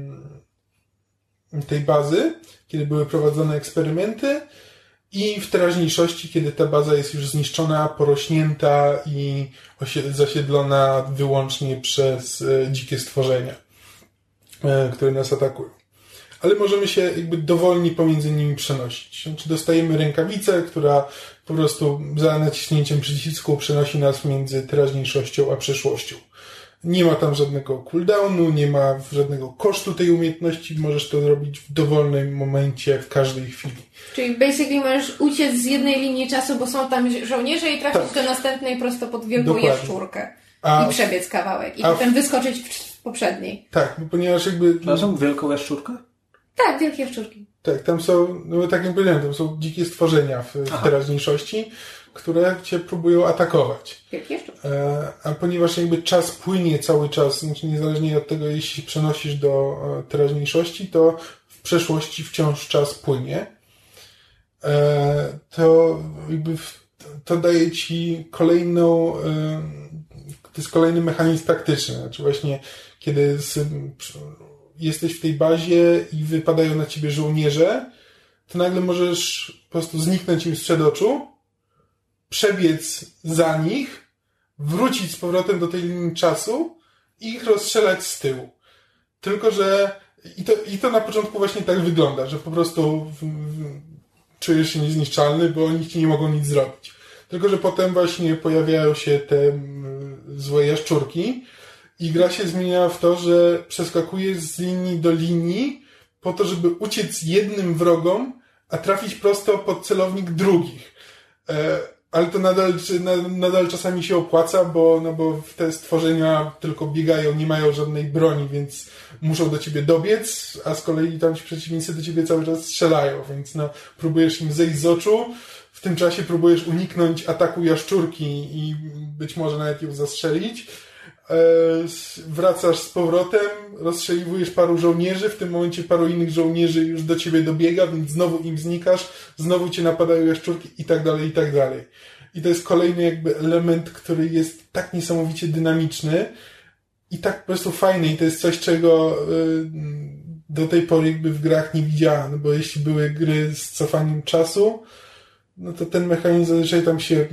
tej bazy, kiedy były prowadzone eksperymenty i w teraźniejszości, kiedy ta baza jest już zniszczona, porośnięta i zasiedlona wyłącznie przez e, dzikie stworzenia, e, które nas atakują. Ale możemy się jakby dowolnie pomiędzy nimi przenosić. Znaczy dostajemy rękawicę, która po prostu za naciśnięciem przycisku przenosi nas między teraźniejszością a przeszłością. Nie ma tam żadnego cooldownu, nie ma żadnego kosztu tej umiejętności, możesz to zrobić w dowolnym momencie, w każdej chwili. Czyli basically możesz uciec z jednej linii czasu, bo są tam żołnierze i trafić tak. do następnej prosto pod wielką Dokładnie. jaszczurkę. A, I przebiec kawałek. I potem w... wyskoczyć w poprzedniej. Tak, bo ponieważ jakby... Przepraszam, wielką jaszczurkę? Tak, wielkie jaszczurki. Tak, tam są, no tak jak powiedziałem, tam są dzikie stworzenia w, w teraźniejszości, które cię próbują atakować. Jak jeszcze? E, a ponieważ jakby czas płynie cały czas, znaczy niezależnie od tego, jeśli przenosisz do e, teraźniejszości, to w przeszłości wciąż czas płynie. E, to jakby w, to daje ci kolejną, e, to jest kolejny mechanizm taktyczny. Znaczy właśnie, kiedy z, jesteś w tej bazie i wypadają na ciebie żołnierze, to nagle możesz po prostu zniknąć im sprzed oczu, przebiec za nich, wrócić z powrotem do tej linii czasu i ich rozstrzelać z tyłu. Tylko, że i to, i to na początku właśnie tak wygląda, że po prostu w, w, czujesz się niezniszczalny, bo oni ci nie mogą nic zrobić. Tylko, że potem właśnie pojawiają się te m, złe jaszczurki i gra się zmienia w to, że przeskakujesz z linii do linii po to, żeby uciec jednym wrogom, a trafić prosto pod celownik drugich. E, ale to nadal, nadal czasami się opłaca, bo, no bo te stworzenia tylko biegają, nie mają żadnej broni, więc muszą do ciebie dobiec, a z kolei tam ci przeciwnicy do ciebie cały czas strzelają, więc no, próbujesz im zejść z oczu, w tym czasie próbujesz uniknąć ataku jaszczurki i być może nawet ją zastrzelić. Wracasz z powrotem, rozstrzeliwujesz paru żołnierzy, w tym momencie paru innych żołnierzy już do ciebie dobiega, więc znowu im znikasz, znowu cię napadają jaszczurki i tak dalej, i tak dalej. I to jest kolejny jakby element, który jest tak niesamowicie dynamiczny i tak po prostu fajny i to jest coś, czego do tej pory jakby w grach nie widziałem, no bo jeśli były gry z cofaniem czasu, no to ten mechanizm zazwyczaj tam się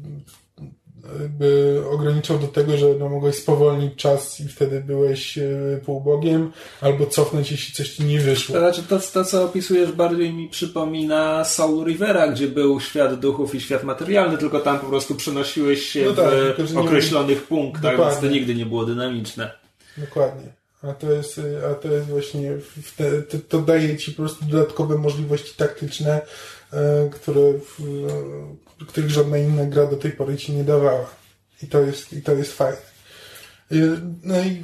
jakby ograniczał do tego, że no, mogłeś spowolnić czas i wtedy byłeś y, półbogiem, albo cofnąć, jeśli coś ci nie wyszło. To znaczy, to, to co opisujesz bardziej mi przypomina Soul Rivera, gdzie był świat duchów i świat materialny, tylko tam po prostu przenosiłeś się no tak, w tylko, określonych nie... punktach, dokładnie. Więc to nigdy nie było dynamiczne. Dokładnie. A to jest, a to jest właśnie, te, to, to daje ci po prostu dodatkowe możliwości taktyczne, e, które, e, których żadna inna gra do tej pory ci nie dawała. I to jest, i to jest fajne. E, no i,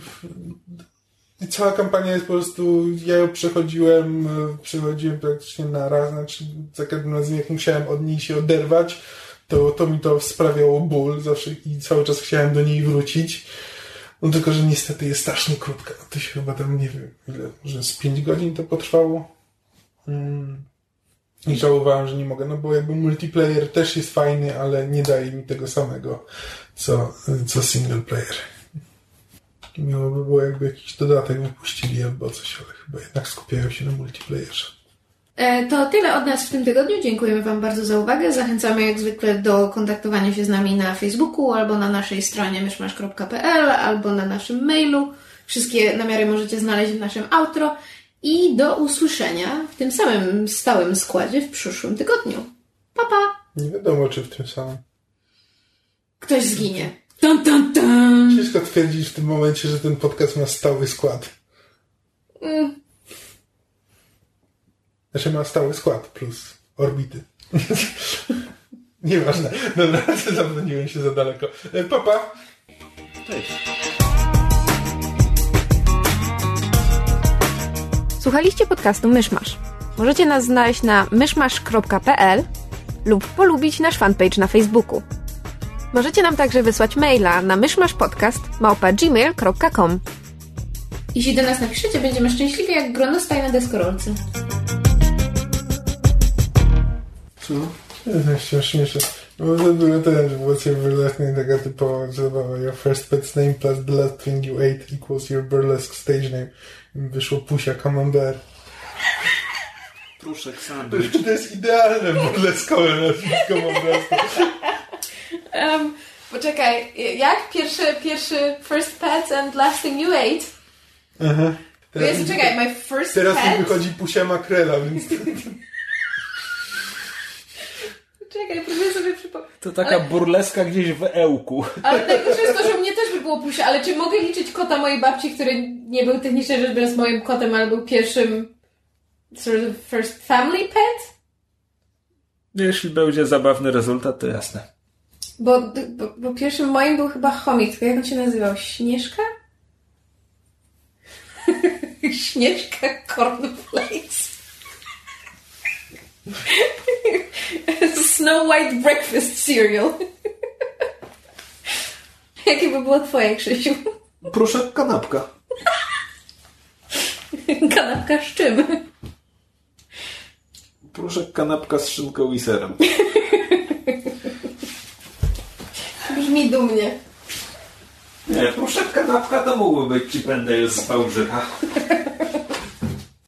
i cała kampania jest po prostu, ja ją przechodziłem, przechodziłem praktycznie na raz, znaczy za każdym razem jak musiałem od niej się oderwać, to, to mi to sprawiało ból zawsze i cały czas chciałem do niej wrócić. No tylko, że niestety jest strasznie krótka. To się chyba tam, nie wiem, ile, że z pięć godzin to potrwało. Mm. I żałowałem, że nie mogę, no bo jakby multiplayer też jest fajny, ale nie daje mi tego samego, co, co single player. Miło by było, jakby jakiś dodatek wypuścili albo coś, ale chyba jednak skupiają się na multiplayerze. To tyle od nas w tym tygodniu. Dziękujemy Wam bardzo za uwagę. Zachęcamy jak zwykle do kontaktowania się z nami na Facebooku albo na naszej stronie myszmasz kropka p l albo na naszym mailu. Wszystkie namiary możecie znaleźć w naszym outro i do usłyszenia w tym samym stałym składzie w przyszłym tygodniu. Pa, pa! Nie wiadomo, czy w tym samym. Ktoś zginie. Dun, dun, dun. Ciężko twierdzić w tym momencie, że ten podcast ma stały skład. Mm. Znaczy ma stały skład plus orbity. Nieważne. Dobra, zawróciłem się za daleko. Papa. Cześć. Słuchaliście podcastu Myszmasz. Możecie nas znaleźć na myszmasz kropka p l lub polubić nasz fanpage na Facebooku. Możecie nam także wysłać maila na myszmaszpodcast małpa gmail kropka com. Jeśli do nas napiszecie, będziemy szczęśliwi jak gronostaj na deskorolce. Co? Jest śmieszne. No to było ten, że było cię burlesque, taka typowa zabawa. Your first pet's name plus the last thing you ate equals your burlesque stage name. I wyszło Pusia Camembert. Pruszek sandwich. To jest idealne burleskowe nazwisko po prostu. Um, poczekaj, jak? Pierwszy, pierwszy first pet and last thing you ate? Aha. Teraz Jezu, czekaj, my first teraz pet? Teraz mi wychodzi Pusia Makrela, więc... Czekaj, próbuję sobie przypomnieć. To taka ale... burleska gdzieś w Ełku. Ale najgorsze jest to, że u mnie też by było Pusia, ale czy mogę liczyć kota mojej babci, który nie był technicznie rzecz biorąc moim kotem, ale był pierwszym sort of first family pet? Jeśli będzie zabawny rezultat, to jasne. Bo, bo, bo pierwszym moim był chyba chomik, tylko jak on się nazywał? Śnieżka? Śnieżka Cornflakes. Snow White breakfast cereal. Jakie by było twoje, Krzysiu? Proszę, kanapka. Kanapka z czym? Proszę, kanapka z szynką i serem. Brzmi dumnie. Nie, proszę, kanapka to mógłby być Chip and Dale z Wałbrzycha.